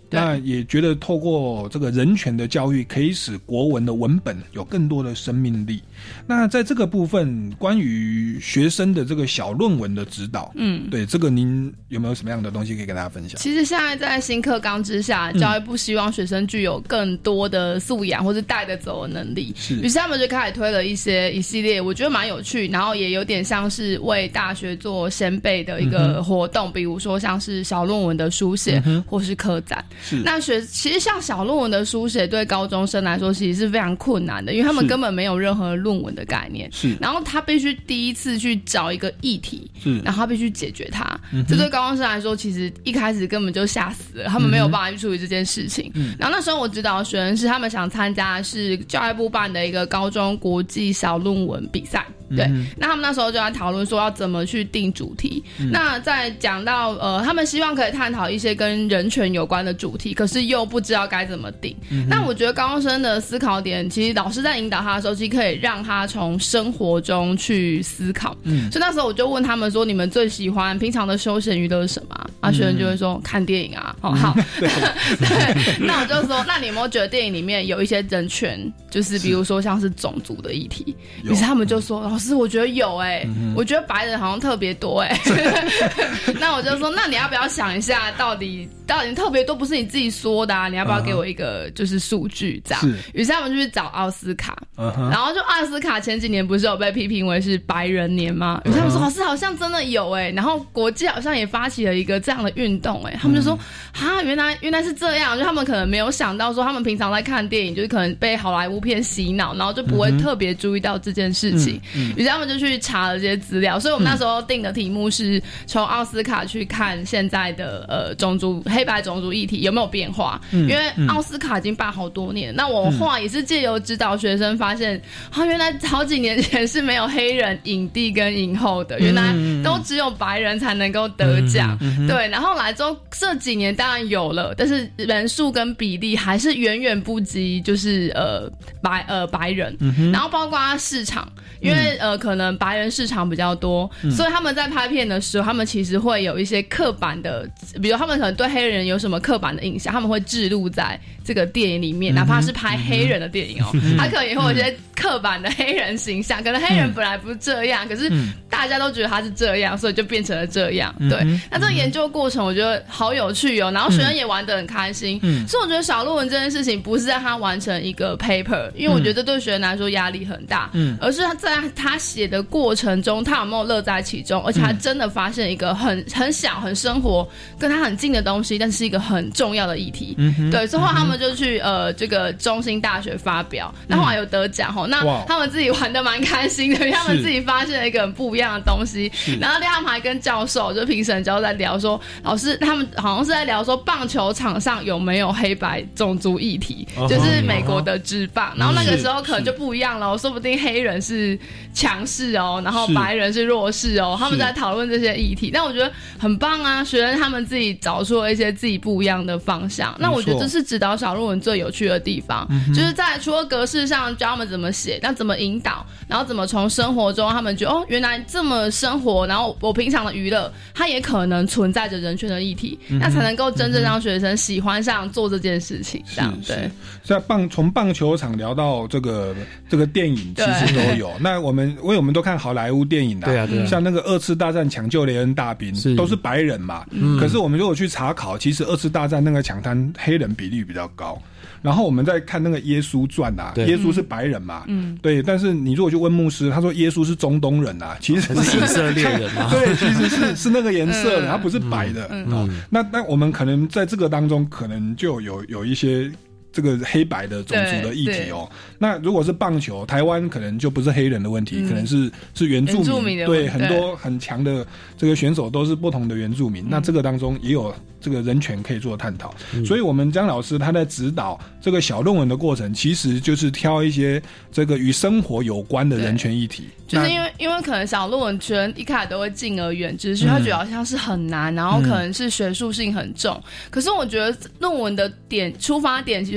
那也觉得透过这个人权的教育，可以使国文的文本有更多的生命力。那在这个部分，关于学生的这个小论文的指导，嗯，对这个您有没有什么样的东西可以跟大家分享？ 其实现在在新课纲之下，教育部希望学生具有更多的素养或是带得走的能力，是，于是他们就开始推了一些一系列，我觉得蛮有趣，然后也有点像是为大学做先辈的一个活动，嗯、比如说像是小论文的书写、嗯、或是科展。是，那学其实像小论文的书写，对高中生来说其实是非常困难的，因为他们根本没有任何论文的概念。是，然后他必须第一次去找一个议题，是，然后他必须解决它。嗯、这对高中生来说，其实一开始根本就吓死了，他们没有办法去处理这件事情。嗯、然后那时候我指导的学生是他们想参加的是教育部办的一个高中国际小论文比赛。对，嗯、那他们那时候就在讨论说要怎么去定主题。嗯、那在讲到呃，他们希望可以探讨一些跟人权有关的主题，可是又不知道该怎么定。嗯、那我觉得高中生的思考点，其实老师在引导他的时候，其实可以让他从生活中去思考。嗯，所以那时候我就问他们说：“你们最喜欢平常的休闲娱乐是什么？”啊，学生就会说：“嗯、看电影啊。”哦，好，对，对，那我就说：“那你有没有觉得电影里面有一些人权，就是比如说像是种族的议题？”于是他们就说：“老师，我觉得有哎、欸，嗯、我觉得白人好像特别多哎、欸。”那我就说：“那你要不要想一下，到底到底特别多不是你自己说的啊？你要不要给我一个就是数据这样？”是，于是他们就去找奥斯卡，嗯、然后就奥斯卡前几年不是有被批评为是白人年吗？于是他们说：“老师好像真的有哎、欸。”然后国际好像也发起了一个这样的运动哎、欸，他们就说：“啊，原来原来是这样。”就他们可能没有想到说，他们平常在看电影，就是可能被好莱坞片洗脑，然后就不会特别注意到这件事情。嗯嗯、于是他们就去查了这些资料，所以我们那时候定的题目是从奥斯卡去看现在的呃种族黑白种族议题有没有变化，嗯、因为奥斯卡已经办好多年，那我后来也是借由指导学生发现，啊，原来好几年前是没有黑人影帝跟影后的，原来都只有白人才能够得奖，嗯嗯、对，然后来之后这几年当然有了，但是人数跟比例还是远远不及就是呃白呃白人，嗯、然后包括市场。因为、嗯、呃，可能白人市场比较多，嗯、所以他们在拍片的时候，他们其实会有一些刻板的，比如他们可能对黑人有什么刻板的印象，他们会置入在这个电影里面，嗯、哪怕是拍黑人的电影哦，嗯、他可能也会有一些刻板的黑人形象，可能黑人本来不是这样，嗯、可是大家都觉得他是这样，所以就变成了这样。嗯、对，那这个研究过程我觉得好有趣哦，然后学生也玩得很开心，嗯、所以我觉得小论文这件事情不是让他完成一个 paper， 因为我觉得对学生来说压力很大，嗯、而是他在他写的过程中，他有没有乐在其中，而且他真的发现一个很很小、很生活、跟他很近的东西，但是一个很重要的议题。嗯、对，之后他们就去呃这个中兴大学发表，那后来有得奖吼，那他们自己玩得蛮开心的，因为他们自己发现了一个很不一样的东西。然后他们还跟教授，就评审教授在聊说，老师他们好像是在聊说棒球场上有没有黑白种族议题，哦、就是美国的职棒。然后那个时候可能就不一样了，说不定黑人是强势哦，然后白人是弱势哦，他们在讨论这些议题，但我觉得很棒啊，学生他们自己找出了一些自己不一样的方向，那我觉得这是指导小论文最有趣的地方，嗯、就是在除了格式上教他们怎么写，那怎么引导，然后怎么从生活中他们觉得哦，原来这么生活，然后我平常的娱乐，它也可能存在着人权的议题，嗯、那才能够真正让学生喜欢上做这件事情，这样对。 在棒从棒球场聊到这个这个电影，其实都有。那我们因为我们都看好莱坞电影的，对啊，对啊，像那个二次大战抢救雷恩大兵都是白人嘛，嗯、可是我们如果去查考，其实二次大战那个抢滩黑人比例比较高。然后我们在看那个耶稣传啊，耶稣是白人嘛，嗯，对，但是你如果去问牧师，他说耶稣是中东人啊，其实是以色列人啊， 对，其实是是那个颜色的，他不是白的，嗯哦、嗯那那我们可能在这个当中，可能就有有一些。这个黑白的种族的议题哦，那如果是棒球，台湾可能就不是黑人的问题，嗯、可能是是原住民，原住民对，很多很强的这个选手都是不同的原住民，嗯、那这个当中也有这个人权可以做探讨，嗯、所以我们江老师他在指导这个小论文的过程，其实就是挑一些这个与生活有关的人权议题， 就是因为因为可能小论文学生一开始都会敬而远之，所以他觉得好像是很难，然后可能是学术性很重，嗯、可是我觉得论文的点出发点其实是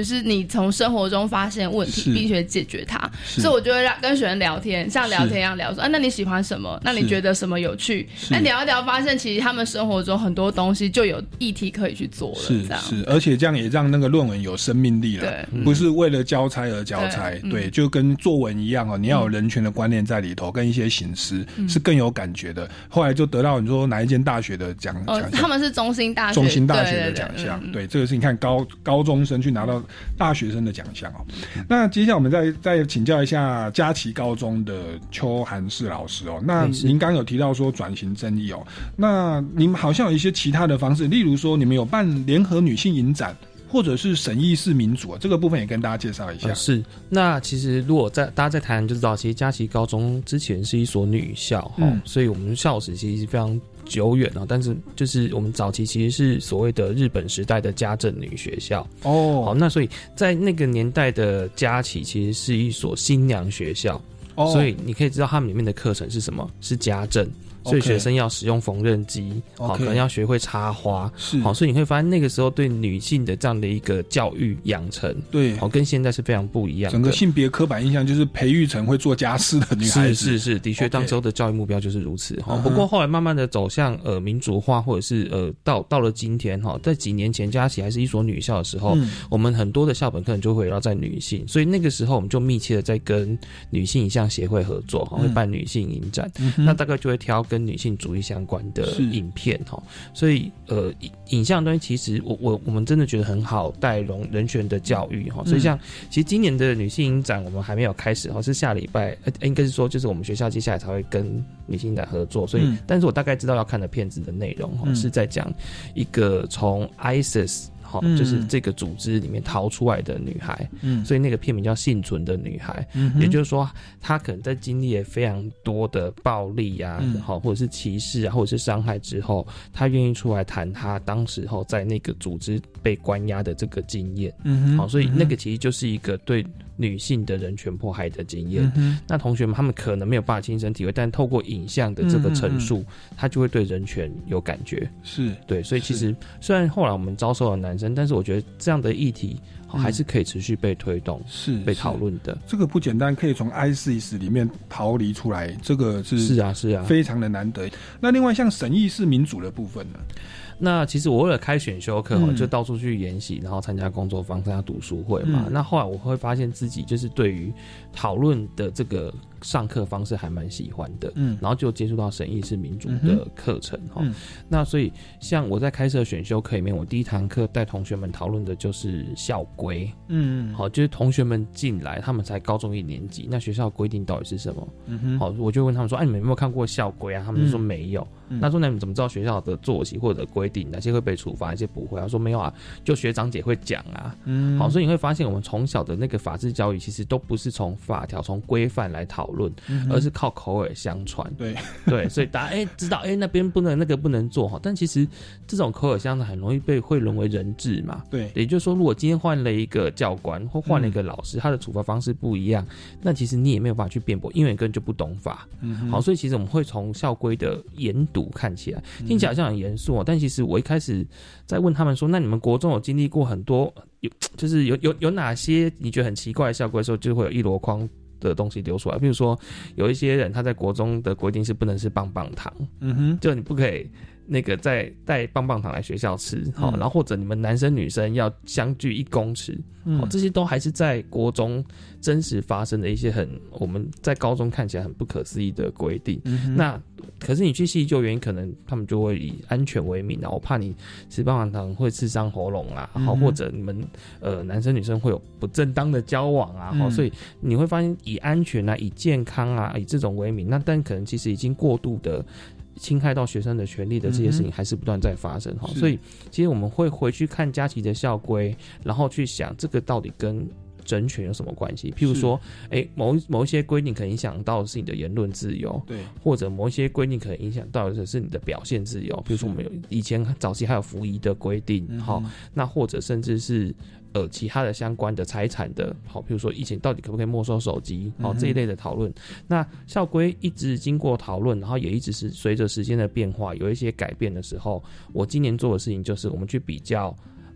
是你从生活中发现问题，并且解决它。 所以我就会让跟学生聊天，像聊天一样聊说，啊，那你喜欢什么？那你觉得什么有趣？那聊一聊，发现其实他们生活中很多东西就有议题可以去做了。 是这样是，而且这样也让那个论文有生命力了， 对， 不是为了交差而交差。对，对嗯、就跟作文一样哦，你要有人权的观念在里头，嗯、跟一些形式、嗯、是更有感觉的。后来就得到你说哪一间大学的奖奖、 哦，他们是中兴大学， 中兴大学的奖项。对, 对, 对, 对，这个是你看高高中生去拿到大学生的奖项哦。那接下来我们再再请教一下佳琪高中的邱涵士老师哦。那您刚刚有提到说转型正义哦，那你们好像有一些其他的方式，例如说你们有办联合女性影展，或者是审议式民主、啊、这个部分也跟大家介绍一下。 呃、是，那其实如果在大家在台南就知道，其实佳琪高中之前是一所女校、嗯、所以我们校史其实非常久远啊，但是就是我们早期其实是所谓的日本时代的家政女学校哦。好，那所以在那个年代的佳琪其实是一所新娘学校、哦、所以你可以知道他们里面的课程是什么，是家政。所以学生要使用缝纫机，好、okay. 可能要学会插花，是好，所以你会发现那个时候对女性的这样的一个教育养成，对，好跟现在是非常不一样的。 整个性别刻板印象就是培育成会做家事的女孩子， 是是是，的确，当时候的教育目标就是如此哈。Okay. 不过后来慢慢的走向呃民主化，或者是呃到到了今天哈，在几年前佳琪还是一所女校的时候，嗯、我们很多的校本课程就会围绕在女性，所以那个时候我们就密切的在跟女性影像协会合作，哈、嗯，会办女性影展，嗯、那大概就会挑跟女性主义相关的影片哈，所以呃影像端其实我我我们真的觉得很好带容人权的教育哈，所以像其实今年的女性影展我们还没有开始哈，是下礼拜呃应该是说就是我们学校接下来才会跟女性影展合作，所以、嗯、但是我大概知道要看的片子的内容哈、嗯、是在讲一个从 I S I S好，就是这个组织里面逃出来的女孩，嗯，所以那个片名叫《幸存的女孩》，嗯，也就是说，她可能在经历了非常多的暴力啊，好、嗯，或者是歧视啊，或者是伤害之后，她愿意出来谈她当时候在那个组织被关押的这个经验，嗯，好，所以那个其实就是一个对女性的人权迫害的经验。嗯、那同学们他们可能没有办法亲身体会，但透过影像的这个陈述，他就会对人权有感觉。是对，所以其实虽然后来我们招收了男生，但是我觉得这样的议题还是可以持续被推动，是、嗯、被讨论的。 这个不简单，可以从 I S I S 里面逃离出来，这个是是啊是啊， 非常的难得。那另外像审议式民主的部分呢？ 那其实我为了开选修课、嗯、就到处去研习，然后参加工作坊、参加读书会嘛、嗯。那后来我会发现自己就是对于讨论的这个上课方式还蛮喜欢的，嗯，然后就接触到审议式民主的课程哈、嗯。那所以像我在开设选修课里面，我第一堂课带同学们讨论的就是校规，嗯，好，就是同学们进来，他们才高中一年级，那学校规定到底是什么？嗯哼，好，我就问他们说，哎、啊，你们有没有看过校规啊？他们就说没有。嗯、那说那你们怎么知道学校的作息或者规定哪些会被处罚，哪些不会？他说没有啊，就学长姐会讲啊。嗯，好，所以你会发现我们从小的那个法治教育其实都不是从法条、从规范来讨论、嗯，而是靠口耳相传。对对，所以大家哎、欸、知道哎、欸、那边不能那个不能做哈，但其实这种口耳相传很容易被会沦为人治嘛。对，也就是说，如果今天换了一个教官或换了一个老师、嗯，他的处罚方式不一样，那其实你也没有办法去辩驳，因为你根本就不懂法。嗯，好，所以其实我们会从校规的研读看起来，听起来好像很严肃哦，但其实我一开始在问他们说，那你们国中有经历过很多有就是有有有哪些你觉得很奇怪的校规的时候，就会有一箩筐的东西流出来，比如说有一些人他在国中的规定是不能吃棒棒糖，嗯哼，就你不可以那个再带棒棒糖来学校吃，好、嗯，然后或者你们男生女生要相距一公尺，嗯，这些都还是在国中真实发生的一些很我们在高中看起来很不可思议的规定。嗯、那可是你去细究原因，可能他们就会以安全为名啊，我怕你吃棒棒糖会刺伤喉咙啊，好、嗯，或者你们呃男生女生会有不正当的交往啊，好、嗯，所以你会发现以安全啊、以健康啊、以这种为名，那但可能其实已经过度的侵害到学生的权利的这些事情还是不断在发生、嗯、所以其实我们会回去看佳琪的校规，然后去想这个到底跟人权有什么关系？譬如说，哎，某某一些规定可能影响到的是你的言论自由，对，或者某一些规定可能影响到的是你的表现自由。譬如说，我们有以前早期还有服役的规定，好、嗯，那或者甚至是呃其他的相关的财产的，好，譬如说以前到底可不可以没收手机，好、嗯、这一类的讨论。那校规一直经过讨论，然后也一直是随着时间的变化有一些改变的时候，我今年做的事情就是我们去比较。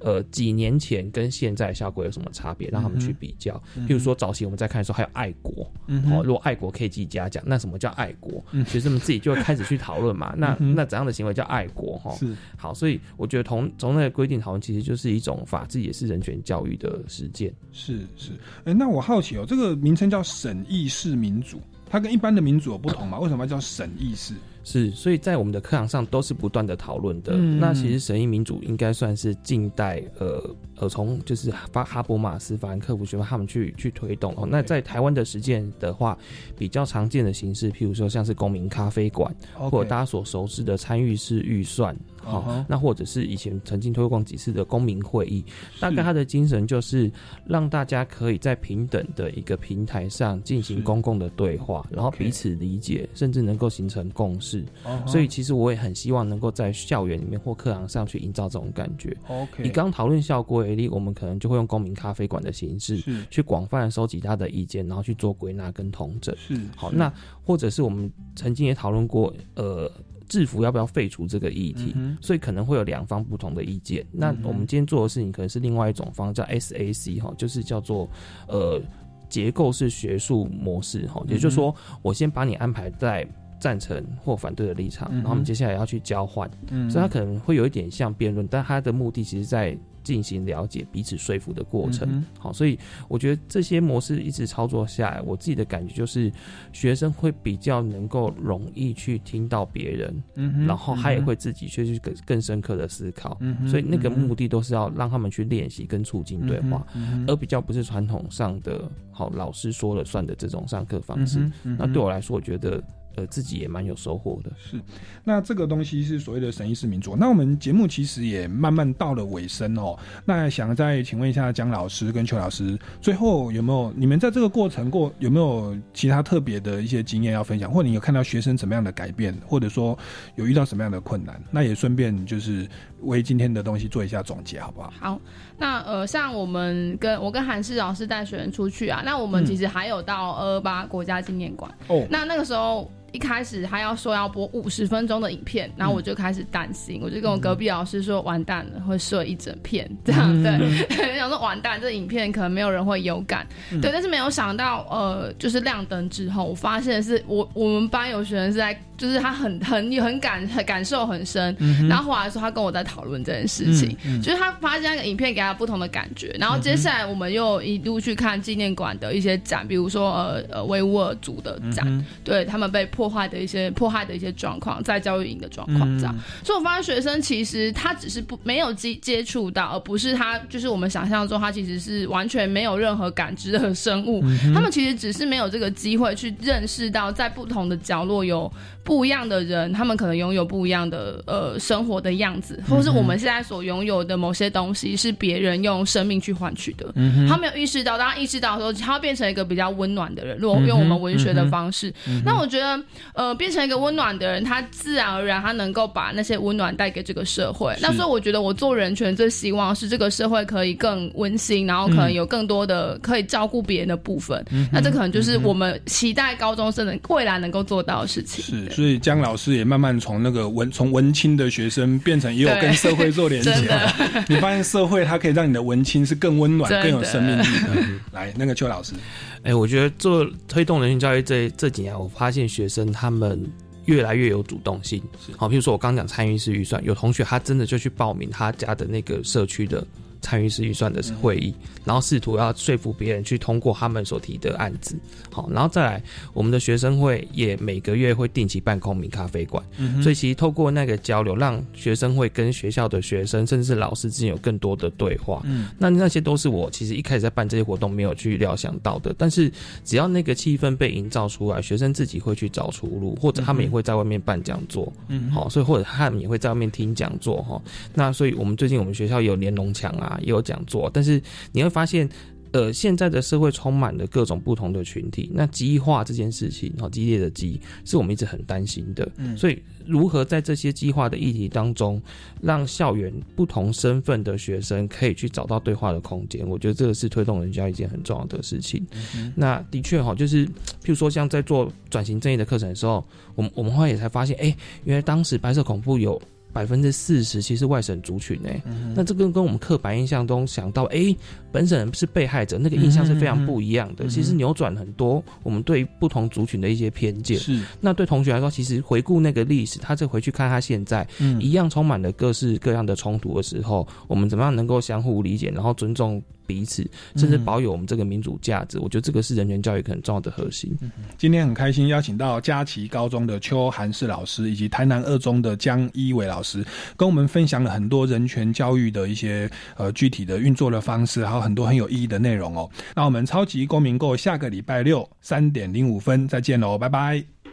呃几年前跟现在效果有什么差别，让他们去比较。嗯、譬如说早期我们在看的时候还有爱国，嗯、哦，如果爱国可以记嘉奖，那什么叫爱国？嗯、学生们自己就会开始去讨论嘛。那、嗯、那怎样的行为叫爱国？哈、哦，是好，所以我觉得从从那个规定讨论，其实就是一种法治，也是人权教育的实践。 是是，哎、欸，那我好奇哦，这个名称叫审议式民主，它跟一般的民主有不同吗？为什么要叫审议式？ 是，所以在我们的课堂上都是不断的讨论的。嗯、那其实审议民主应该算是近代呃呃从就是哈哈伯马斯、法兰克福学派他们去去推动。哦，那在台湾的实践的话，比较常见的形式，譬如说像是公民咖啡馆， okay. 或者大家所熟知的参与式预算。好、uh-huh. 那或者是以前曾经推广几次的公民会议，大概它的精神就是让大家可以在平等的一个平台上进行公共的对话，然后彼此理解， okay. 甚至能够形成共识。Uh-huh. 所以其实我也很希望能够在校园里面或课堂上去营造这种感觉。Okay. 以刚讨论效果为例，我们可能就会用公民咖啡馆的形式去广泛的收集他的意见，然后去做归纳跟统整。是好，那或者是我们曾经也讨论过呃制服要不要废除这个议题、嗯、所以可能会有两方不同的意见、嗯、那我们今天做的事情可能是另外一种方叫 S A C 就是叫做呃结构式学术模式，也就是说我先把你安排在赞成或反对的立场、嗯、然后我们接下来要去交换、嗯、所以它可能会有一点像辩论，但它的目的其实在进行了解彼此说服的过程、嗯、好，所以我觉得这些模式一直操作下来，我自己的感觉就是学生会比较能够容易去听到别人、嗯、然后他也会自己去更更深刻的思考、嗯、所以那个目的都是要让他们去练习跟促进对话、嗯、而比较不是传统上的好老师说了算的这种上课方式、嗯嗯、那对我来说我觉得呃，自己也蛮有收获的。 是，那这个东西是所谓的审议式民主。那我们节目其实也慢慢到了尾声哦。那想再请问一下姜老师跟邱老师，最后有没有你们在这个过程过有没有其他特别的一些经验要分享，或者你有看到学生怎么样的改变，或者说有遇到什么样的困难？那也顺便就是为今天的东西做一下总结，好不好？ 好，那呃，像我们跟我跟韩世老师带学生出去啊，那我们其实还有到二二八国家纪念馆哦、嗯。那那个时候。一开始他要说要播五十分钟的影片，然后我就开始担心、嗯、我就跟我隔壁老师说完蛋了，会睡一整片这样、嗯、对想说完蛋，这影片可能没有人会有感、嗯、对，但是没有想到呃就是亮灯之后，我发现是我我们班有学生是在就是他很很很感很感受很深、嗯、然后后来说他跟我在讨论这件事情、嗯嗯、就是他发现那个影片给他不同的感觉，然后接下来我们又一路去看纪念馆的一些展，比如说呃呃维吾尔族的展、嗯、对他们被破坏的一些迫害的一些状况，在教育营的状况这样、嗯、所以我发现学生其实他只是不没有接接触到，而不是他就是我们想象中他其实是完全没有任何感知的生物、嗯、他们其实只是没有这个机会去认识到在不同的角落有不一样的人，他们可能拥有不一样的呃生活的样子，或是我们现在所拥有的某些东西是别人用生命去换取的、嗯、他没有意识到，当他意识到的时候他会变成一个比较温暖的人，如果用我们文学的方式、嗯、那我觉得呃变成一个温暖的人，他自然而然他能够把那些温暖带给这个社会，那所以我觉得我做人权最希望是这个社会可以更温馨，然后可能有更多的可以照顾别人的部分、嗯、那这可能就是我们期待高中生的未来能够做到的事情。 是，所以姜老师也慢慢从那个文从文青的学生变成也有跟社会做连结你发现社会它可以让你的文青是更温暖更有生命力的来，那个邱老师， 哎、欸，我觉得做推动人权教育这这几年，我发现学生他们越来越有主动性。好，譬如说我刚讲参与式预算，有同学他真的就去报名他家的那个社区的参与式预算的会议、嗯、然后试图要说服别人去通过他们所提的案子。好，然后再来我们的学生会也每个月会定期办公民咖啡馆、嗯、所以其实透过那个交流，让学生会跟学校的学生甚至是老师之间有更多的对话、嗯、那那些都是我其实一开始在办这些活动没有去料想到的，但是只要那个气氛被营造出来，学生自己会去找出路，或者他们也会在外面办讲座、嗯、好，所以或者他们也会在外面听讲座。那所以我们最近我们学校也有连农墙啊，也有讲座，但是你会发现呃，现在的社会充满了各种不同的群体，那激化这件事情，激烈的激是我们一直很担心的、嗯、所以如何在这些激化的议题当中，让校园不同身份的学生可以去找到对话的空间，我觉得这个是推动人教一件很重要的事情、嗯、那的确就是譬如说像在做转型正义的课程的时候，我们我们后来也才发现，哎，原来当时白色恐怖有百分之四十其实是外省族群诶、欸嗯，那这个跟我们刻板印象中想到，哎、欸，本省人是被害者，那个印象是非常不一样的。嗯、其实扭转很多我们对不同族群的一些偏见。是，那对同学来说，其实回顾那个历史，他再回去看他现在，嗯，一样充满了各式各样的冲突的时候，我们怎么样能够相互理解，然后尊重彼此，甚至保有我们这个民主价值、嗯、我觉得这个是人权教育很重要的核心、嗯、 今天很开心邀请到佳琪高中的邱函士老师以及台南二中的江一伟老师，跟我们分享了很多人权教育的一些呃具体的运作的方式，还有很多很有意义的内容哦。那我们超级公民购下个礼拜六三点零五分再见喽，拜拜。